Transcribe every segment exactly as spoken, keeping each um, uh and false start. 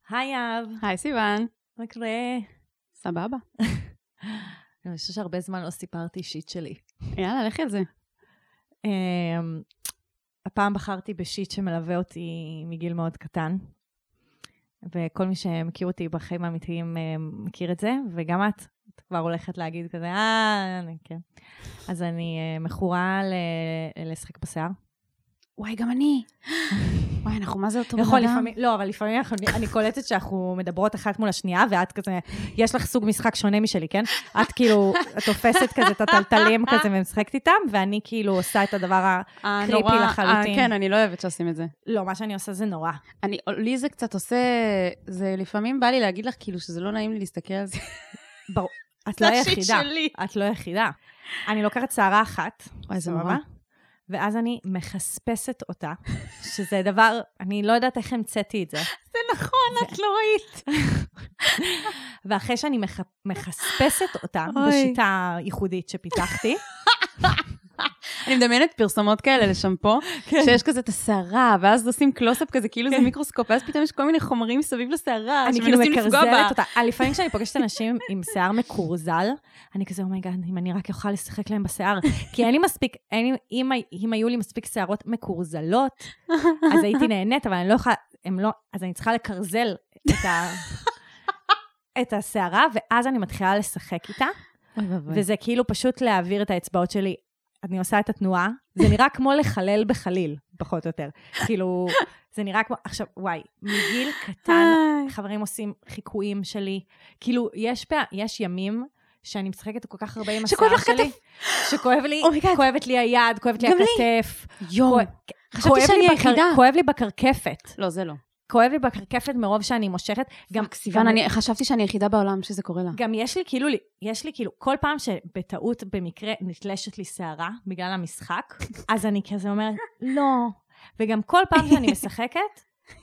היי אב. היי סיוון. מה קורה? סבבה. אני חושב שהרבה זמן לא סיפרתי שיט שלי. יאללה, לכי על זה. הפעם בחרתי בשיט שמלווה אותי מגיל מאוד קטן, וכל מי שמכיר אותי בחיים האמיתיים מכיר את זה, וגם את, את כבר הולכת להגיד כזה, אה, כן. אז אני מכורה לשחק בשיער. וואי, גם אני. וואי, אנחנו מה זה אותו יכול, לפעמים, לא, אבל לפעמים אני קולטת שאנחנו מדברות אחת מול השנייה, ואת כזה, יש לך סוג משחק שונה משלי, כן? את כאילו, את תופסת כזה את הטלטלים כזה ומשחקת איתם, ואני כאילו עושה את הדבר הקריפי לחלוטין. כן, אני לא אוהבת שעושים את זה. לא, מה שאני עושה זה נורא. אני, לי זה קצת עושה, זה לפעמים בא לי להגיד לך כאילו שזה לא נעים לי להסתכל על זה. ברור, את לא היחידה. את לא היחידה. אני לוקחת שערה אחת. וואי, זה נורא. ואז אני מחספסת אותה, שזה דבר, אני לא יודעת איך המצאתי את זה. זה נכון, את לא ראית. ואחרי שאני מחספסת אותה, בשיטה ייחודית שפיתחתי, אני מדמיינת פרסומות כאלה לשמפו, שיש כזה את השערה, ואז עושים קלוסאפ כזה, כאילו זה מיקרוסקופ, ואז פתאום יש כל מיני חומרים מסביב לשערה, אני כאילו מקרזלת אותה. לפעמים כשאני פוגשת אנשים עם שיער מקורזל, אני כזה, אומייגאד, אם אני רק אוכל לשחק להם בשיער, כי אין לי מספיק, אם היו לי מספיק שיערות מקורזלות, אז הייתי נהנית, אבל אני לא יכולה, אז אני צריכה לקרזל את השערה, ואז אני מתחילה לשחק איתה, וזה כאילו פשוט להעביר את האצבעות שלי, אני עושה את התנועה, זה נראה כמו לחלל בחליל, פחות או יותר. כאילו, זה נראה כמו, עכשיו, וואי, מגיל קטן, חברים עושים חיקויים שלי, כאילו, יש, יש ימים שאני משחקת כל כך הרבה עם השיער שלי, שכואב לי, כואבת לי היד, כואבת לי הכתף. יום, חשבתי שאני היחידה. כואב לי בקרקפת. לא, זה לא. כואב לי בקרקפת מרוב שאני מושכת. גם סיוון, אני חשבתי שאני היחידה בעולם שזה קורה לה. גם יש לי כאילו, יש לי כאילו, כל פעם שבטעות במקרה נתלשת לי שערה בגלל המשחק, אז אני כזה אומרת, לא. וגם כל פעם שאני משחקת,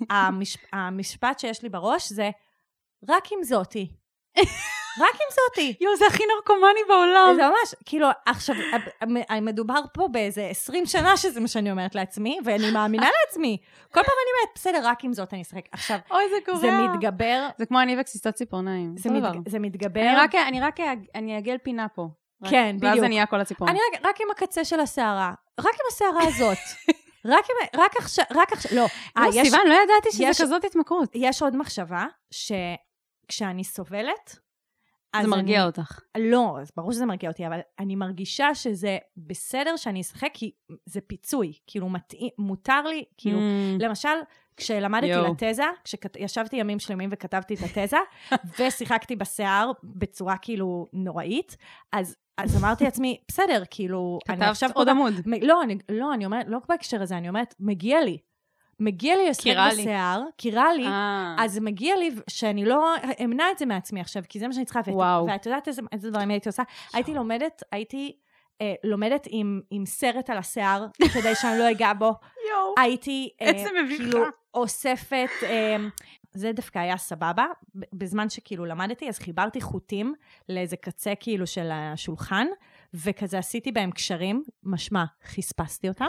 המשפט שיש לי בראש זה, רק עם זאתי. רק עם זאתי. יו, זה הכי נרקומני בעולם. זה ממש, כאילו, עכשיו, מדובר פה באיזה עשרים שנה שזה מה שאני אומרת לעצמי, ואני מאמינה לעצמי. כל פעם אני אומרת, בסדר, רק עם זאת אני אשחק. עכשיו, אוי, זה קורה. זה מתגבר. זה כמו אני וקסיסת ציפורניים. זה מתגבר. אני רק, אני אגל פינה פה. כן, בדיוק. ואז אני אהיה כל הציפורן. אני רק עם הקצה של השערה. רק עם השערה הזאת. רק עם, רק עכשיו, רק עכשיו, לא. לא, סיוון, לא ידעתי שזה כזאת התמכרות. יש עוד מחשבה, שכשאני סובלת, זה מרגיע אני, אותך. לא, ברור שזה מרגיע אותי, אבל אני מרגישה שזה בסדר שאני אשחק, כי זה פיצוי, כאילו מתאים, מותר לי, כאילו, mm. למשל, כשלמדתי Yo. לתזה, כשישבתי ימים שלמים וכתבתי את התזה, ושיחקתי בשיער בצורה כאילו נוראית, אז, אז אמרתי לעצמי, בסדר, כאילו, כתבת עוד עמוד. מ, לא, אני, לא, אני אומרת, לא בהקשר הזה, אני אומרת, מגיע לי. מגיע לי לשחק בשיער, קירה לי, אז מגיע לי שאני לא אמנע את זה מעצמי עכשיו, כי זה מה שאני צריכה, ואת יודעת איזה דברים הייתי עושה? הייתי לומדת, הייתי לומדת עם סרט על השיער, כדי שאני לא אגע בו. הייתי כאילו אוספת, זה דווקא היה סבבה, בזמן שכאילו למדתי, אז חיברתי חוטים לאיזה קצה כאילו של השולחן, וכזה עשיתי בהם קשרים, משמע, חספסתי אותם.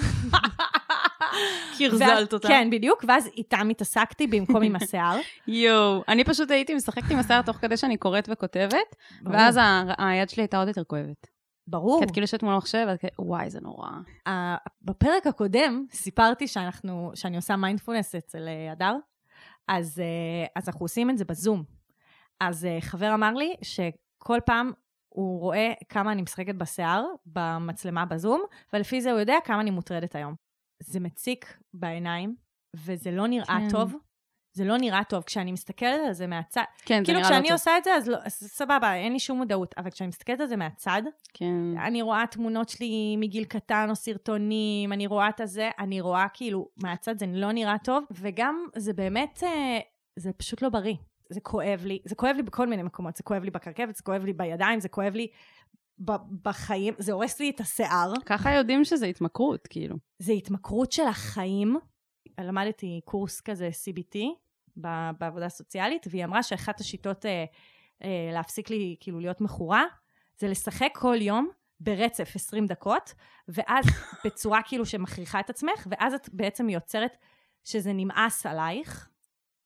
קרזלת אותה. כן, בדיוק, ואז איתם התעסקתי במקום עם השיער. יואו, אני פשוט הייתי משחקת עם השיער תוך כדי שאני קוראת וכותבת, ואז היד שלי הייתה עוד יותר כואבת. ברור. כי את כאילו יושבת מול המחשב, וואי, זה נורא. בפרק הקודם סיפרתי שאני עושה מיינדפולנס אצל הדר, אז אנחנו עושים את זה בזום. אז חבר אמר לי שכל פעם הוא רואה כמה אני משחקת בשיער, במצלמה בזום, ולפי זה הוא יודע כמה אני מוטרדת היום. זה מציק בעיניים, וזה לא נראה כן. טוב. זה לא נראה טוב. כשאני מסתכלת על זה מהצד, כן, כאילו זה כשאני לא עושה טוב. את זה, אז, לא, אז סבבה, אין לי שום מודעות. אבל כשאני מסתכלת על זה מהצד, כן. אני רואה תמונות שלי מגיל קטן או סרטונים, אני רואה את הזה, אני רואה כאילו מהצד, זה לא נראה טוב. וגם זה באמת, זה פשוט לא בריא. זה כואב לי. זה כואב לי בכל מיני מקומות. זה כואב לי בקרקבת, זה כואב לי בידיים, זה כואב לי בחיים, זה הורס לי את השיער. ככה יודעים שזה התמכרות, כאילו. זה התמכרות של החיים. למדתי קורס כזה סי בי טי בעבודה סוציאלית, והיא אמרה שאחת השיטות אה, אה, להפסיק לי כאילו להיות מכורה, זה לשחק כל יום ברצף עשרים דקות, ואז בצורה כאילו שמכריחה את עצמך, ואז את בעצם יוצרת שזה נמאס עלייך,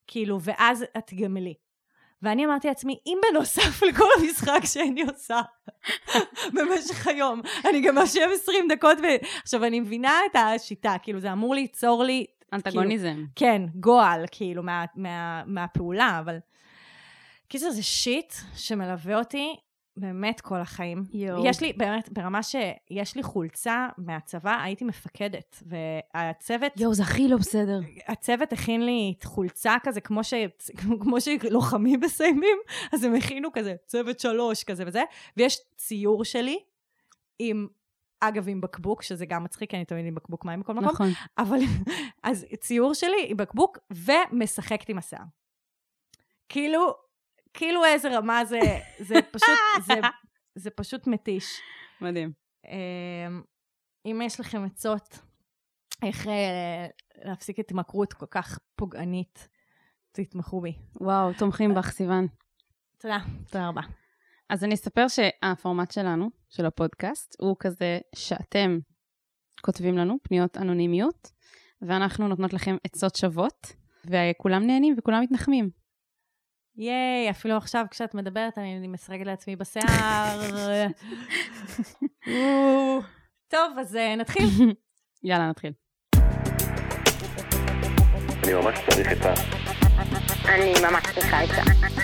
כאילו, ואז את תגמלי. ואני אמרתי לעצמי, אם בנוסף לכל המשחק שאני עושה במשך היום, אני גם אשב עשרים דקות, ו... עכשיו אני מבינה את השיטה, כאילו זה אמור ליצור לי... אנטגוניזם. כאילו, כן, גועל, כאילו, מה, מה, מהפעולה, אבל... קיצור, זה שיט שמלווה אותי באמת כל החיים. יו. יש לי, באמת, ברמה שיש לי חולצה מהצבא, הייתי מפקדת, והצוות... יו, זה הכי לא בסדר. הצוות הכין לי חולצה כזה, כמו, ש... כמו שלוחמים מסיימים, אז הם הכינו כזה, צוות שלוש כזה וזה, ויש ציור שלי עם... אגב, עם בקבוק, שזה גם מצחיק, אני תמיד עם בקבוק מים בכל מקום. נכון. אבל, אז ציור שלי עם בקבוק, ומשחקת עם השיער. כאילו, כאילו איזה רמה זה, זה פשוט, זה, זה פשוט מתיש. מדהים. אם יש לכם עצות, איך להפסיק התמכרות כל כך פוגענית, תתמכו בי. וואו, תומכים בך, סיוון. תודה, תודה רבה. אז אני אספר שהפורמט שלנו, של הפודקאסט, הוא כזה שאתם כותבים לנו פניות אנונימיות, ואנחנו נותנות לכם עצות שוות, וכולם נהנים וכולם מתנחמים. ייי, אפילו עכשיו כשאת מדברת, אני מסרגת לעצמי בשיער. טוב, אז נתחיל. יאללה, נתחיל. אני ממש צריך את ה... אני ממש צריכה את ה...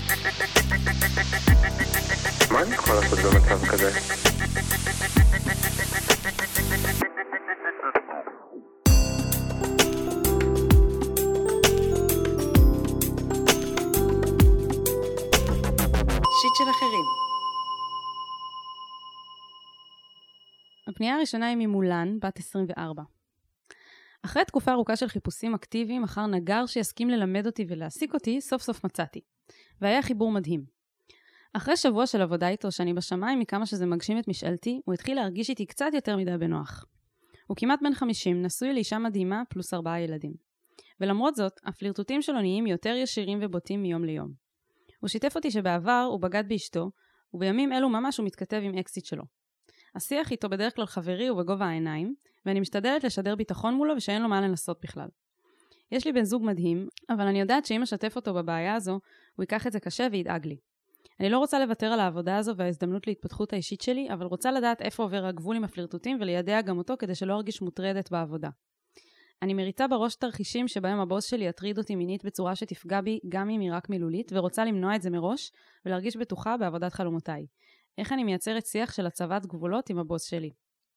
מה אני יכול לעשות במצב כזה? שיט של אחרים. הפנייה הראשונה היא ממולן, בת עשרים וארבע. אחרי תקופה ארוכה של חיפושים אקטיביים, אחר נגר שיסכים ללמד אותי ולהעסיק אותי, סוף סוף מצאתי. והיה חיבור מדהים. אחרי שבוע של עבודה איתו שאני בשמיים מכמה שזה מגשים את משאלתי, הוא התחיל להרגיש איתי קצת יותר מדי בנוח. הוא כמעט בן חמישים, נשוי לאישה מדהימה פלוס ארבעה ילדים. ולמרות זאת, הפלירטוטים שלו נהיים יותר ישירים ובוטים מיום ליום. הוא שיתף אותי שבעבר הוא בגד באשתו, ובימים אלו ממש הוא מתכתב עם אקסיט שלו. השיח איתו בדרך כלל חברי ובגובה העיניים, ואני משתדלת לשדר ביטחון מולו ושאין לו מה לנסות בכלל. יש לי בן זוג מדהים, אבל אני יודעת שאם אשתף אותו בבעיה הזו, הוא ייקח את זה קשה וידאג לי. אני לא רוצה לוותר על העבודה הזו וההזדמנות להתפתחות האישית שלי, אבל רוצה לדעת איפה עובר הגבול עם הפלירטוטים וליידע גם אותו כדי שלא ארגיש מוטרדת בעבודה. אני מריצה בראש תרחישים שבהם הבוס שלי יטריד אותי מינית בצורה שתפגע בי גם אם היא רק מילולית, ורוצה למנוע את זה מראש ולהרגיש בטוחה בעבודת חלומותיי. איך אני מייצרת שיח של הצבת גבולות עם הבוס שלי?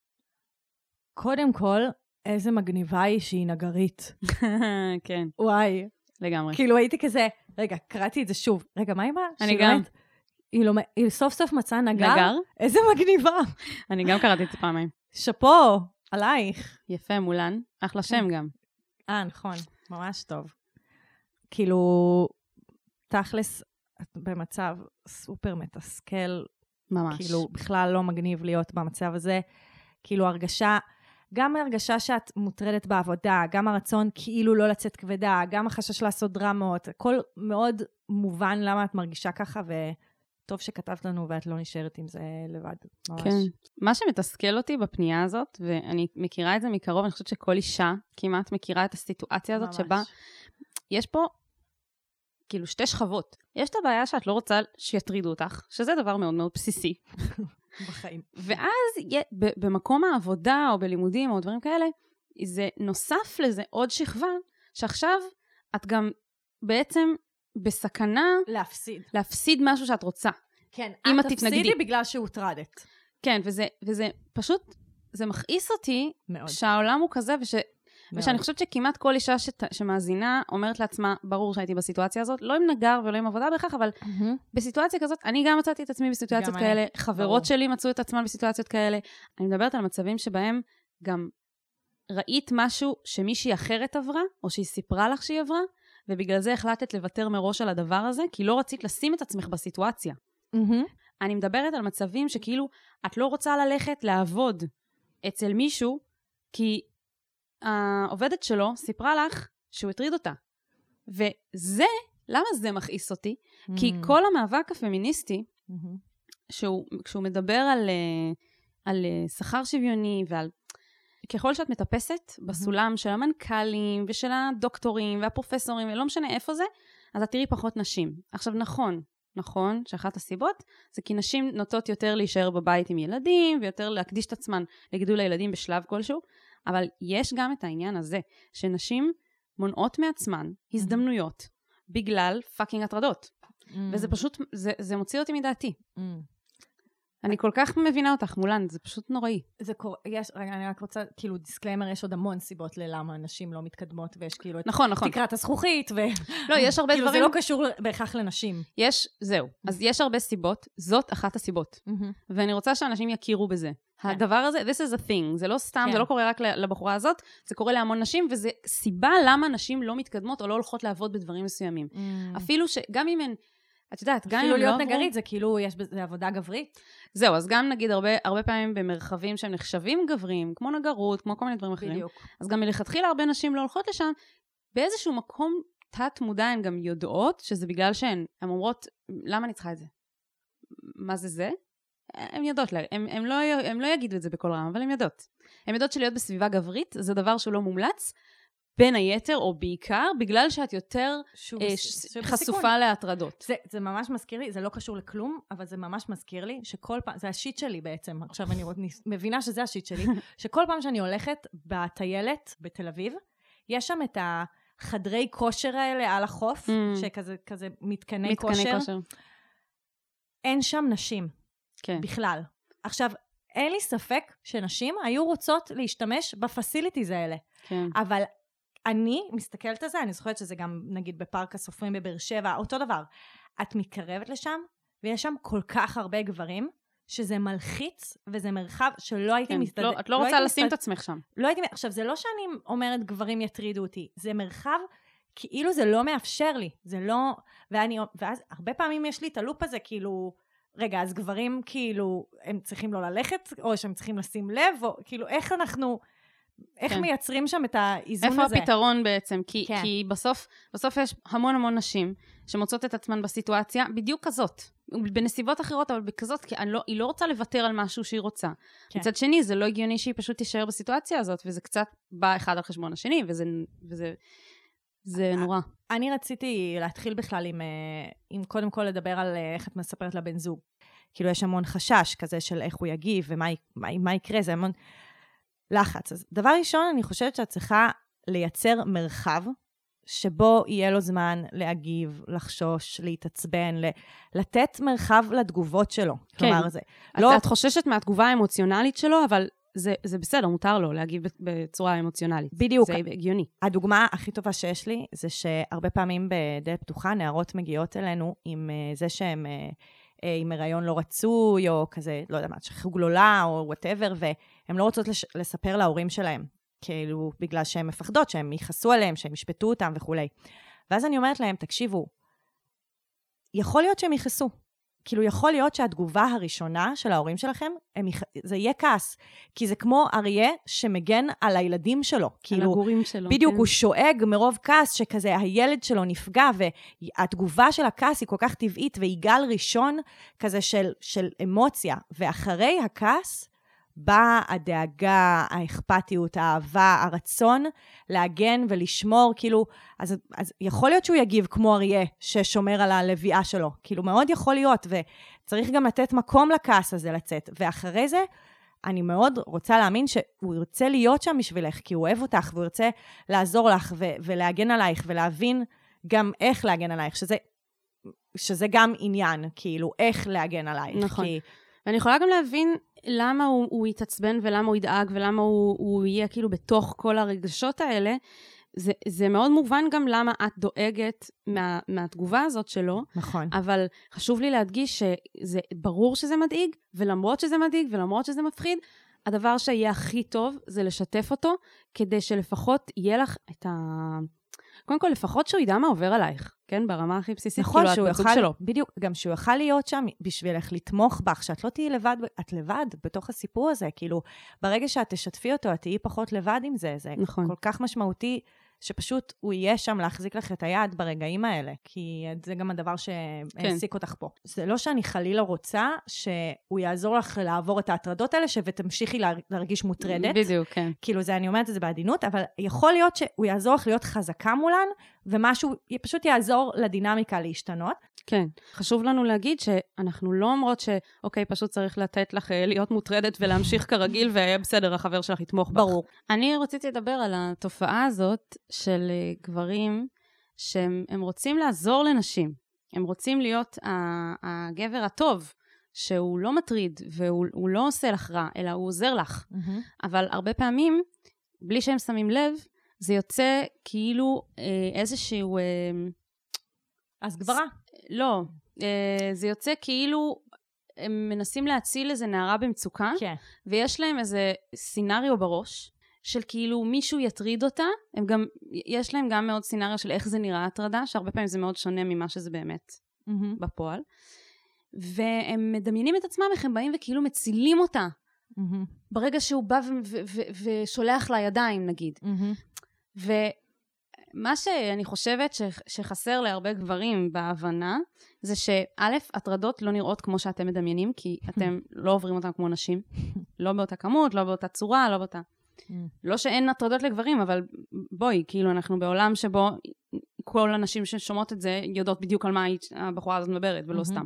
קודם כל, איזה מגניבה היא שהיא נגרית. כן. וואי. לגמרי. כאילו הייתי כזה, רגע, קראתי את זה שוב. רגע, מה עם ה... אני גם. היא, לא, היא סוף סוף מצאה נגר? נגר? איזה מגניבה. אני גם קראתי את זה פעמיים. שפו, עלייך. יפה, מולן. אחלה שם גם. אה, נכון. ממש טוב. כאילו, תכלס, את במצב סופר מתסכל. ממש. כאילו, בכלל לא מגניב להיות במצב הזה. כאילו, הרגשה... גם הרגשה שאת מוטרדת בעבודה, גם הרצון כאילו לא לצאת כבדה, גם החשש לעשות דרמות, הכל מאוד מובן למה את מרגישה ככה, וטוב שכתבת לנו ואת לא נשארת עם זה לבד. ממש. כן. מה שמתסכל אותי בפנייה הזאת, ואני מכירה את זה מקרוב, אני חושבת שכל אישה כמעט מכירה את הסיטואציה הזאת, ממש. שבה יש פה כאילו שתי שכבות. יש את הבעיה שאת לא רוצה שיטרידו אותך, שזה דבר מאוד מאוד בסיסי. בחיים. ואז במקום העבודה או בלימודים או דברים כאלה, זה נוסף לזה עוד שכבה, שעכשיו את גם בעצם בסכנה להפסיד. להפסיד משהו שאת רוצה. כן, את תפסידי בגלל שהוטרדת. כן, וזה, וזה פשוט, זה מכעיס אותי, מאוד. שהעולם הוא כזה, וש... ושאני חושבת שכמעט כל אישה שת, שמאזינה אומרת לעצמה, ברור שהייתי בסיטואציה הזאת, לא עם נגר ולא עם עבודה בכך, אבל mm-hmm. בסיטואציה כזאת, אני גם מצאתי את עצמי בסיטואציות כאלה, אני. חברות ברור. שלי מצאו את עצמן בסיטואציות כאלה. אני מדברת על מצבים שבהם גם ראית משהו שמישהי אחרת עברה, או שהיא סיפרה לך שהיא עברה, ובגלל זה החלטת לוותר מראש על הדבר הזה, כי לא רצית לשים את עצמך בסיטואציה. Mm-hmm. אני מדברת על מצבים שכאילו, את לא רוצה ללכת לעבוד אצל מישהו, כי העובדת שלו סיפרה לך שהוא הטריד אותה. וזה, למה זה מכעיס אותי? Mm-hmm. כי כל המאבק הפמיניסטי, mm-hmm. שהוא, כשהוא מדבר על, על שכר שוויוני ועל ככל שאת מטפסת בסולם של המנכ"לים ושל הדוקטורים והפרופסורים, ולא משנה איפה זה, אז את תראי פחות נשים. עכשיו נכון, נכון, שאחת הסיבות, זה כי נשים נוטות יותר להישאר בבית עם ילדים, ויותר להקדיש את עצמן לגידול הילדים בשלב כלשהו, אבל יש גם את העניין הזה, שנשים מונעות מעצמן הזדמנויות, בגלל פאקינג הטרדות. וזה פשוט, זה, זה מוציא אותי מדעתי. אני כל כך מבינה אותך, מולן, זה פשוט נוראי. זה קורה, יש, רגע, אני רק רוצה, כאילו, דיסקליימר, יש עוד המון סיבות ללמה נשים לא מתקדמות, ויש כאילו נכון, נכון. תקרת הזכוכית, ו... לא, יש הרבה כאילו, דברים... זה לא קשור בהכרח לנשים. יש, זהו. אז יש הרבה סיבות, זאת אחת הסיבות. ואני רוצה שאנשים יכירו בזה. הדבר הזה, this is a thing, זה לא סתם, זה לא קורה רק לבחורה הזאת, זה קורה להמון נשים, וזה סיבה למה נשים לא מתקדמות, או לא הולכות לעבוד בדברים מסוימים. אפילו שגם אם הן, את יודעת, גם אם אפילו לא להיות נגרית, זה כאילו, יש בזה עבודה גברית. זהו, אז גם נגיד הרבה, הרבה פעמים במרחבים שהם נחשבים גברים, כמו נגרות, כמו כל מיני דברים אחרים. בדיוק. אז גם מלכתחילה הרבה נשים לא הולכות לשם, באיזשהו מקום תת מודע הן גם יודעות, שזה בגלל שהן, הן אומרות, למה אני צריכה את זה? מה זה זה? הן יודעות, הן, הן, לא, הן לא יגידו את זה בכל רם, אבל הן יודעות. הן יודעות שלהיות בסביבה גברית, זה דבר שהוא לא מומלץ, בין היתר או בעיקר, בגלל שאת יותר אה, ש... חשופה להטרדות. זה, זה ממש מזכיר לי, זה לא קשור לכלום, אבל זה ממש מזכיר לי, שכל פעם, זה השיט שלי בעצם, עכשיו אני מבינה שזה השיט שלי, שכל פעם שאני הולכת בטיילת בתל אביב, יש שם את החדרי כושר האלה על החוף, mm. שכזה כזה מתקני, מתקני כושר. כושר. אין שם נשים. כן. בכלל. עכשיו, אין לי ספק שנשים היו רוצות להשתמש בפסיליטיז האלה. כן. אבל אני מסתכלת על זה, אני זוכרת שזה גם, נגיד, בפארק הסופרים בבאר שבע, אותו דבר. את מתקרבת לשם, ויש שם כל כך הרבה גברים, שזה מלחיץ, וזה מרחב שלא הייתי כן, מסתד... לא, את לא לא רוצה לשים מסתד... את עצמך שם. לא הייתי... עכשיו, זה לא שאני אומרת גברים יטרידו אותי, זה מרחב, כאילו זה לא מאפשר לי, זה לא... ואני... ואז הרבה פעמים יש לי את הלופ הזה, כאילו... רגע, אז גברים כאילו, הם צריכים לא ללכת, או שהם צריכים לשים לב, או כאילו, איך אנחנו, איך כן. מייצרים שם את האיזון איפה הזה? איפה הפתרון בעצם? כי, כן. כי בסוף, בסוף יש המון המון נשים, שמוצאות את עצמן בסיטואציה, בדיוק כזאת, בנסיבות אחרות, אבל בכזאת, כי לא, היא לא רוצה לוותר על משהו שהיא רוצה. כן. מצד שני, זה לא הגיוני שהיא פשוט תישאר בסיטואציה הזאת, וזה קצת בא אחד על חשבון השני, וזה, וזה, זה נורא. אני רציתי להתחיל בכלל עם, עם קודם כל לדבר על איך את מספרת לבן זוג. כאילו יש המון חשש כזה של איך הוא יגיב ומה מה, מה יקרה, זה המון לחץ. אז דבר ראשון, אני חושבת שאת צריכה לייצר מרחב שבו יהיה לו זמן להגיב, לחשוש, להתעצבן, לתת מרחב לתגובות שלו. כן. כלומר, זה... את, לא... את חוששת מהתגובה האמוציונלית שלו, אבל... זה, זה בסדר, מותר לו להגיב בצורה אמוציונלית. בדיוק. זה הגיוני. הדוגמה הכי טובה שיש לי, זה שהרבה פעמים בדלת פתוחה, נערות מגיעות אלינו עם זה שהם עם הריון לא רצוי, או כזה, לא יודע מה, שכחו גלולה, או whatever, והן לא רוצות לש, לספר להורים שלהם, כאילו, בגלל שהן מפחדות, שהם ייחסו עליהם, שהם ישפטו אותם וכו'. ואז אני אומרת להם, תקשיבו, יכול להיות שהם ייחסו. כאילו יכול להיות שהתגובה הראשונה של ההורים שלכם, יח... זה יהיה כעס. כי זה כמו אריה שמגן על הילדים שלו. כאילו, על הגורים שלו. בדיוק, כן. הוא שואג מרוב כעס שכזה הילד שלו נפגע, והתגובה של הכעס היא כל כך טבעית, והיא גל ראשון כזה של, של אמוציה. ואחרי הכעס, באה הדאגה, האכפתיות, האהבה, הרצון להגן ולשמור, כאילו, אז, אז יכול להיות שהוא יגיב כמו אריה ששומר על הלוויה שלו, כאילו מאוד יכול להיות, וצריך גם לתת מקום לכעס הזה לצאת, ואחרי זה, אני מאוד רוצה להאמין שהוא ירצה להיות שם בשבילך, כי הוא אוהב אותך, והוא ירצה לעזור לך ו- ולהגן עלייך, ולהבין גם איך להגן עלייך, שזה, שזה גם עניין, כאילו, איך להגן עלייך. נכון. כי... ואני יכולה גם להבין למה הוא, הוא יתעצבן ולמה הוא ידאג ולמה הוא, הוא יהיה כאילו בתוך כל הרגשות האלה. זה, זה מאוד מובן גם למה את דואגת מה, מהתגובה הזאת שלו. נכון. אבל חשוב לי להדגיש שזה ברור שזה מדאיג, ולמרות שזה מדאיג ולמרות שזה מפחיד, הדבר שיהיה הכי טוב זה לשתף אותו, כדי שלפחות יהיה לך את ה... קודם כל, לפחות שהוא ידע מה עובר עלייך, כן? ברמה הכי בסיסית, נכון, כאילו, שהוא את יוכל, שלו. בדיוק, גם שהוא יוכל להיות שם בשבילך, לתמוך בך, שאת לא תהיי לבד, את לבד בתוך הסיפור הזה, כאילו, ברגע שאת תשתפי אותו, את תהיי פחות לבד עם זה, זה נכון. כל כך משמעותי שפשוט הוא יהיה שם להחזיק לך את היד ברגעים האלה, כי זה גם הדבר שהעסיק אותך פה. זה לא שאני חלילה רוצה שהוא יעזור לך לעבור את ההטרדות האלה, ותמשיכי להרגיש מוטרדת. בדיוק, כן. כאילו זה, אני אומרת את זה בעדינות, אבל יכול להיות שהוא יעזור לך להיות חזקה מולן, ומשהו פשוט יעזור לדינמיקה להשתנות. כן, חשוב לנו להגיד שאנחנו לא אומרות שאוקיי, פשוט צריך לתת לך להיות מוטרדת ולהמשיך כרגיל, ויהיה בסדר, החבר שלך יתמוך בך. ברור. אני רציתי לדבר על התופעה הזאת של גברים, שהם רוצים לעזור לנשים. הם רוצים להיות הגבר הטוב, שהוא לא מטריד, והוא לא עושה לך רע, אלא הוא עוזר לך. אבל הרבה פעמים, בלי שהם שמים לב, זה יוצא כאילו איזשהו... אז גברה. לא, זה יוצא כאילו הם מנסים להציל איזה נערה במצוקה, כן. ויש להם איזה סינריו בראש, של כאילו מישהו יטריד אותה, הם גם, יש להם גם מאוד סינריו של איך זה נראה הטרדה, שהרבה פעמים זה מאוד שונה ממה שזה באמת mm-hmm. בפועל, והם מדמיינים את עצמם, איך הם באים וכאילו מצילים אותה, mm-hmm. ברגע שהוא בא ו- ו- ו- ושולח לה ידיים נגיד. Mm-hmm. ומה שאני חושבת ש- שחסר להרבה גברים בהבנה, זה שא', הטרדות לא נראות כמו שאתם מדמיינים, כי אתם לא עוברים אותם כמו נשים, לא באותה כמות, לא באותה צורה, לא באותה... לא שאין הטרדות לגברים, אבל בואי, כאילו אנחנו בעולם שבו כל הנשים ששומעות את זה יודעות בדיוק על מה הבחורה הזאת מדברת, ולא סתם.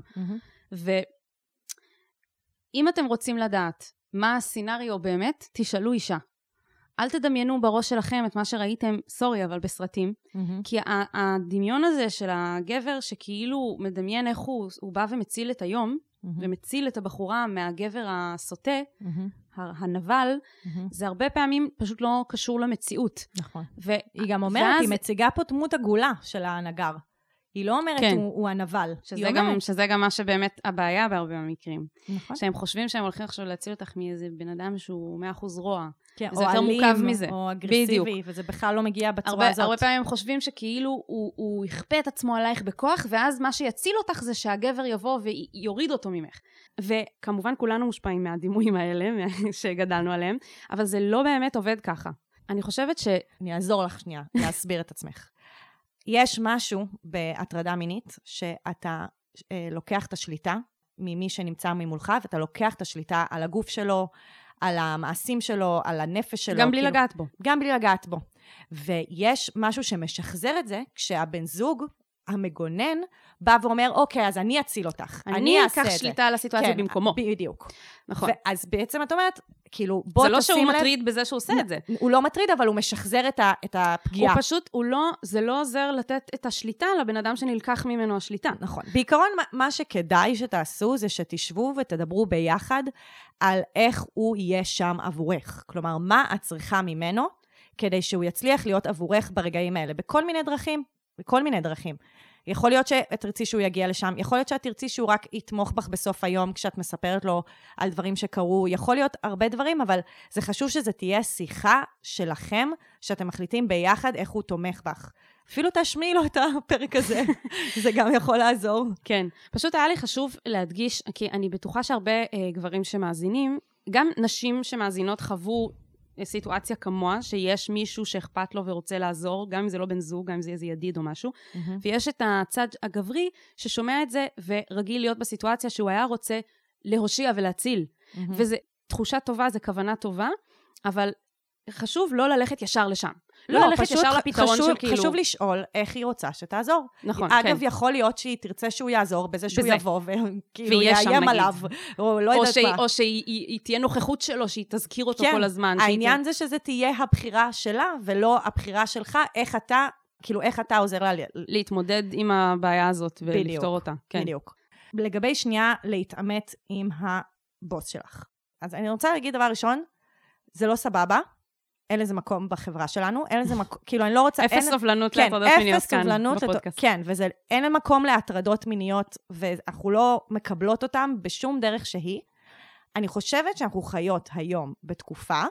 ואם אתם רוצים לדעת מה הסינריו באמת, תשאלו אישה. אל תדמיינו בראש שלכם את מה שראיתם, סורי, אבל בסרטים, כי הדמיון הזה של הגבר שכאילו מדמיין איך הוא, הוא בא ומציל את היום, ומציל את הבחורה מהגבר הסוטה, הנבל, זה הרבה פעמים פשוט לא קשור למציאות. נכון. היא גם אומרת, היא מציגה פה דמות עגולה של הנגר. היא לא אומרת, הוא הנבל. שזה גם מה שבאמת הבעיה בהרבה מהמקרים. נכון. שהם חושבים שהם הולכים עכשיו להציל אותך מאיזה בן אדם שהוא מאה אחוז רוע. או אלים, או אגרסיבי, וזה בכלל לא מגיע בצורה הזאת. הרבה פעמים הם חושבים שכאילו הוא יכפה את עצמו עלייך בכוח, ואז מה שיציל אותך זה שהגבר יבוא ויוריד אותו ממך. וכמובן כולנו מושפעים מהדימויים האלה, שגדלנו עליהם, אבל זה לא באמת עובד ככה. אני חושבת ש... אני אעזור לך שנייה, להסביר את עצמך. יש משהו בהטרדה מינית, שאתה אה, לוקח את השליטה ממי שנמצא ממולך, ואתה לוקח את השליטה על הגוף שלו, על המעשים שלו, על הנפש שלו. גם בלי כאילו, לגעת בו. גם בלי לגעת בו. ויש משהו שמשחזר את זה, כשהבן זוג המגונן בא ואומר, אוקיי, אז אני אציל אותך. אני, אני אקח שליטה על הסיטואציה כן, במקומו. בדיוק. נכון. ואז בעצם את אומרת, כאילו, בוא תשים לב. זה לא שהוא לב, מטריד בזה שהוא עושה את זה. הוא לא מטריד, אבל הוא משחזר את, ה, את הפגיעה. הוא פשוט, הוא לא, זה לא עוזר לתת את השליטה לבן אדם שנלקח ממנו השליטה. נכון. בעיקרון, מה שכדאי שתעשו, זה שתשבו ותדברו ביחד על איך הוא יהיה שם עבורך. כלומר, מה את צריכה ממנו, כדי שהוא יצליח להיות עבורך ברגעים האלה. בכל מיני דרכים. בכל מיני דרכים. יכול להיות שאת תרצי שהוא יגיע לשם, יכול להיות שאת תרצי שהוא רק יתמוך בך בסוף היום, כשאת מספרת לו על דברים שקרו, יכול להיות הרבה דברים, אבל זה חשוב שזה תהיה שיחה שלכם, שאתם מחליטים ביחד איך הוא תומך בך. אפילו תשמיעי לו את הפרק הזה, זה גם יכול לעזור. כן, פשוט היה לי חשוב להדגיש, כי אני בטוחה שהרבה אה, גברים שמאזינים, גם נשים שמאזינות חוו, סיטואציה כמוה, שיש מישהו שאכפת לו ורוצה לעזור, גם אם זה לא בן זוג, גם אם זה איזה ידיד או משהו, mm-hmm. ויש את הצד הגברי ששומע את זה, ורגיל להיות בסיטואציה שהוא היה רוצה להושיע ולהציל. Mm-hmm. וזה תחושה טובה, זה כוונה טובה, אבל חשוב לא ללכת ישר לשם. לא, לא ללכת ישר לפתרון חשוב, של כאילו... חשוב לשאול איך היא רוצה שתעזור. נכון, אגב, כן. יכול להיות שהיא תרצה שהוא יעזור בזה שהוא בזה. יבוא, וכאילו יאיים עליו, או לא יודעת שהיא, מה. או שהיא היא, היא תהיה נוכחות שלו, שהיא תזכיר אותו כן, כל הזמן. העניין ת... זה שזה תהיה הבחירה שלה, ולא הבחירה שלך, איך אתה, כאילו איך אתה עוזר לה... להתמודד עם הבעיה הזאת ולפתור בדיוק, אותה. כן. בדיוק. לגבי שנייה, להתאמת עם הבוס שלך. אז אני רוצה להגיד דבר ראשון, זה לא סבבה, אין לזה מקום בחברה שלנו, אין לזה מקום, כאילו אני לא רוצה... אפס סובלנות כן, להטרדות מיניות כאן סובלנות בפודקאסט. לת... כן, וזה, אין מקום להטרדות מיניות, ואנחנו לא מקבלות אותם בשום דרך שהיא. אני חושבת שאנחנו חיות היום בתקופה,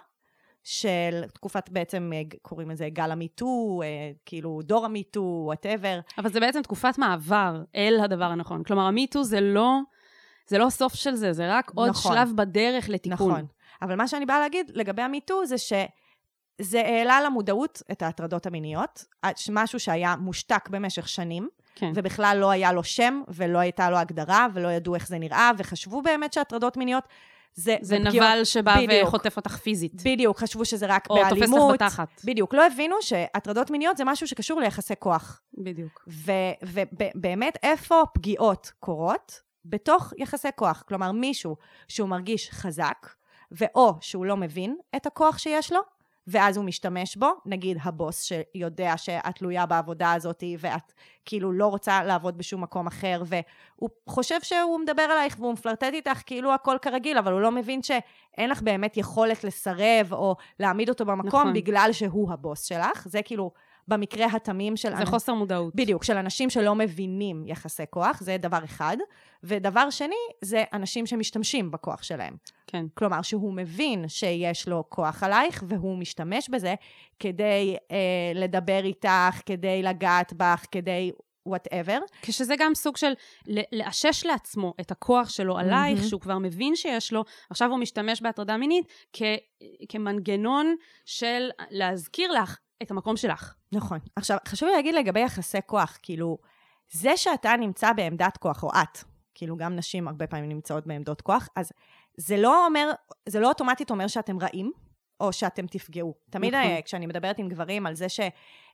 של תקופת בעצם, קוראים לזה גל המיטו, כאילו דור המיטו, whatever. אבל זה בעצם תקופת מעבר אל הדבר הנכון. כלומר, המיטו זה לא, זה לא סוף של זה, זה רק עוד נכון. שלב בדרך לתיקון. נכון. אבל מה שאני באה להגיד לגבי המיטו זה ש... זה העלה למודעות את ההטרדות המיניות, משהו שהיה מושתק במשך שנים, כן. ובכלל לא היה לו שם, ולא הייתה לו הגדרה, ולא ידעו איך זה נראה, וחשבו באמת שהטרדות מיניות, זה, זה נבל שבא בדיוק, וחוטף אותך פיזית. בדיוק, חשבו שזה רק או באלימות. או תופס לך בתחת. בדיוק, לא הבינו שהטרדות מיניות זה משהו שקשור ליחסי כוח. בדיוק. ובאמת, איפה פגיעות קורות? בתוך יחסי כוח. כלומר, מישהו שהוא מרגיש חזק, ואו שהוא לא מבין את הכוח שיש לו, ואז הוא משתמש בו, נגיד הבוס שיודע שאת תלויה בעבודה הזאת, ואת כאילו לא רוצה לעבוד בשום מקום אחר, והוא חושב שהוא מדבר עלייך, והוא מפלרטט איתך כאילו הכל כרגיל, אבל הוא לא מבין שאין לך באמת יכולת לסרב, או להעמיד אותו במקום, נכון. בגלל שהוא הבוס שלך. זה כאילו במקרה התמים של... זה חוסר מודעות. בדיוק, של אנשים שלא מבינים יחסי כוח, זה דבר אחד. ודבר שני, זה אנשים שמשתמשים בכוח שלהם. כן. כלומר, שהוא מבין שיש לו כוח עלייך, והוא משתמש בזה כדי אה, לדבר איתך, כדי לגעת בך, כדי whatever. כשזה גם סוג של לאשש לעצמו את הכוח שלו עלייך, mm-hmm. שהוא כבר מבין שיש לו, עכשיו הוא משתמש בהטרדה מינית כ- כמנגנון של להזכיר לך את המקום שלך. נכון. עכשיו, חשוב לי להגיד לגבי יחסי כוח, כאילו, זה שאתה נמצא בעמדת כוח, או את, כאילו גם נשים הרבה פעמים נמצאות בעמדות כוח, אז זה לא אומר, זה לא אוטומטית אומר שאתם רעים, או שאתם תפגעו. תמיד נכון. כשאני מדברת עם גברים על זה ש...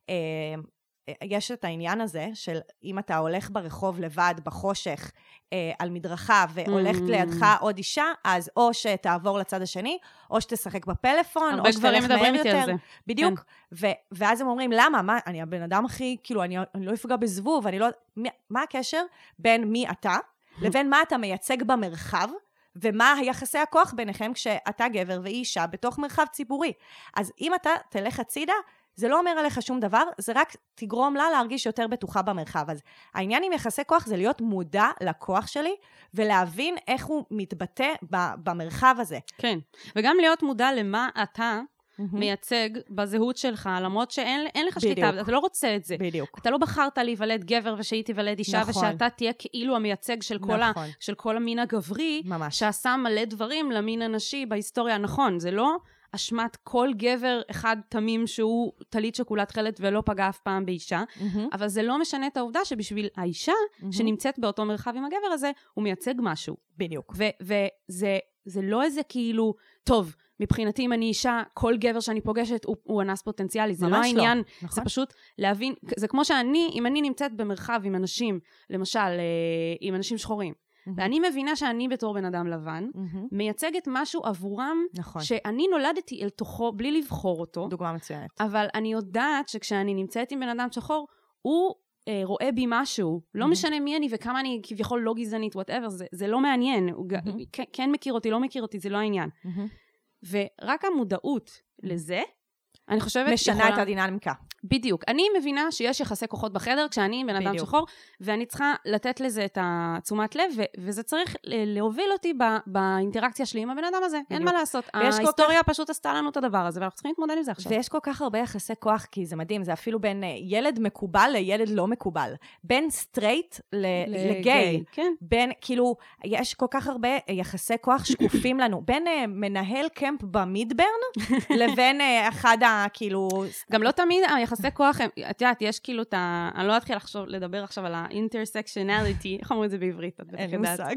יש את העניין הזה של אם אתה הולך ברחוב לבד, בחושך, אה, על מדרכה, והולכת mm-hmm. לידך עוד אישה, אז או שתעבור לצד השני, או שתשחק בפלאפון, או שתלך מהר יותר. בדיוק. ו- ואז הם אומרים, למה? מה? אני הבן אדם הכי, כאילו, אני, אני לא אפגע בזבוב, אני לא... מה, מה הקשר בין מי אתה, לבין מה אתה מייצג במרחב, ומה היחסי הכוח ביניכם כשאתה גבר והיא אישה בתוך מרחב ציבורי. אז אם אתה תלך הצידה, זה לא אומר עליך שום דבר, זה רק תגרום לה להרגיש יותר בטוחה במרחב. אז העניין עם יחסי כוח זה להיות מודע לכוח שלי, ולהבין איך הוא מתבטא במרחב הזה. כן, וגם להיות מודע למה אתה מייצג בזהות שלך, למרות שאין לך שליטה, אתה לא רוצה את זה. בדיוק. אתה לא בחרת להיוולד גבר ושהיא תיוולד אישה, ושאתה תהיה כאילו המייצג של כל המין הגברי, שעשה מלא דברים למין הנשי בהיסטוריה. נכון, זה לא... אשמת כל גבר אחד תמים שהוא תלית שכולה תכלת ולא פגע אף פעם באישה, mm-hmm. אבל זה לא משנה את העובדה שבשביל האישה mm-hmm. שנמצאת באותו מרחב עם הגבר הזה, הוא מייצג משהו. בדיוק. וזה זה לא איזה כאילו, טוב, מבחינתי אם אני אישה, כל גבר שאני פוגשת הוא, הוא אנס פוטנציאלי, זה לא העניין, נכון? זה פשוט להבין, זה כמו שאני, אם אני נמצאת במרחב עם אנשים, למשל, עם אנשים שחורים, ואני מבינה שאני בתור בן אדם לבן, מייצגת משהו עבורם, שאני נולדתי אל תוכו בלי לבחור אותו. דוגמה מצוינת. אבל אני יודעת שכשאני נמצאת עם בן אדם שחור, הוא רואה בי משהו. לא משנה מי אני וכמה אני כביכול לא גזענית, whatever, זה לא מעניין. הוא כן מכיר אותי, לא מכיר אותי, זה לא העניין. ורק המודעות לזה, אני חושבת... משנה את הדינמיקה. בדיוק. אני מבינה שיש יחסי כוחות בחדר כשאני בן אדם שחור, ואני צריכה לתת לזה את התשומת לב, וזה צריך להוביל אותי באינטראקציה שלי עם הבן אדם הזה. אין מה לעשות. ההיסטוריה פשוט עסתה לנו את הדבר הזה, ואנחנו צריכים להתמודד עם זה עכשיו. ויש כל כך הרבה יחסי כוח, כי זה מדהים, זה אפילו בין ילד מקובל לילד לא מקובל. בין סטרייט לגיי. בין, כאילו, יש כל כך הרבה יחסי כוח שקופים לנו. בין מנהל קמפ במידברן, לבין אחד ה, כאילו... גם לא תמיד יחסי כוח, את יודעת, יש כאילו את ה... אני לא אתחיל לדבר עכשיו על ה-intersectionality, איך אמרו את זה בעברית? אין מושג.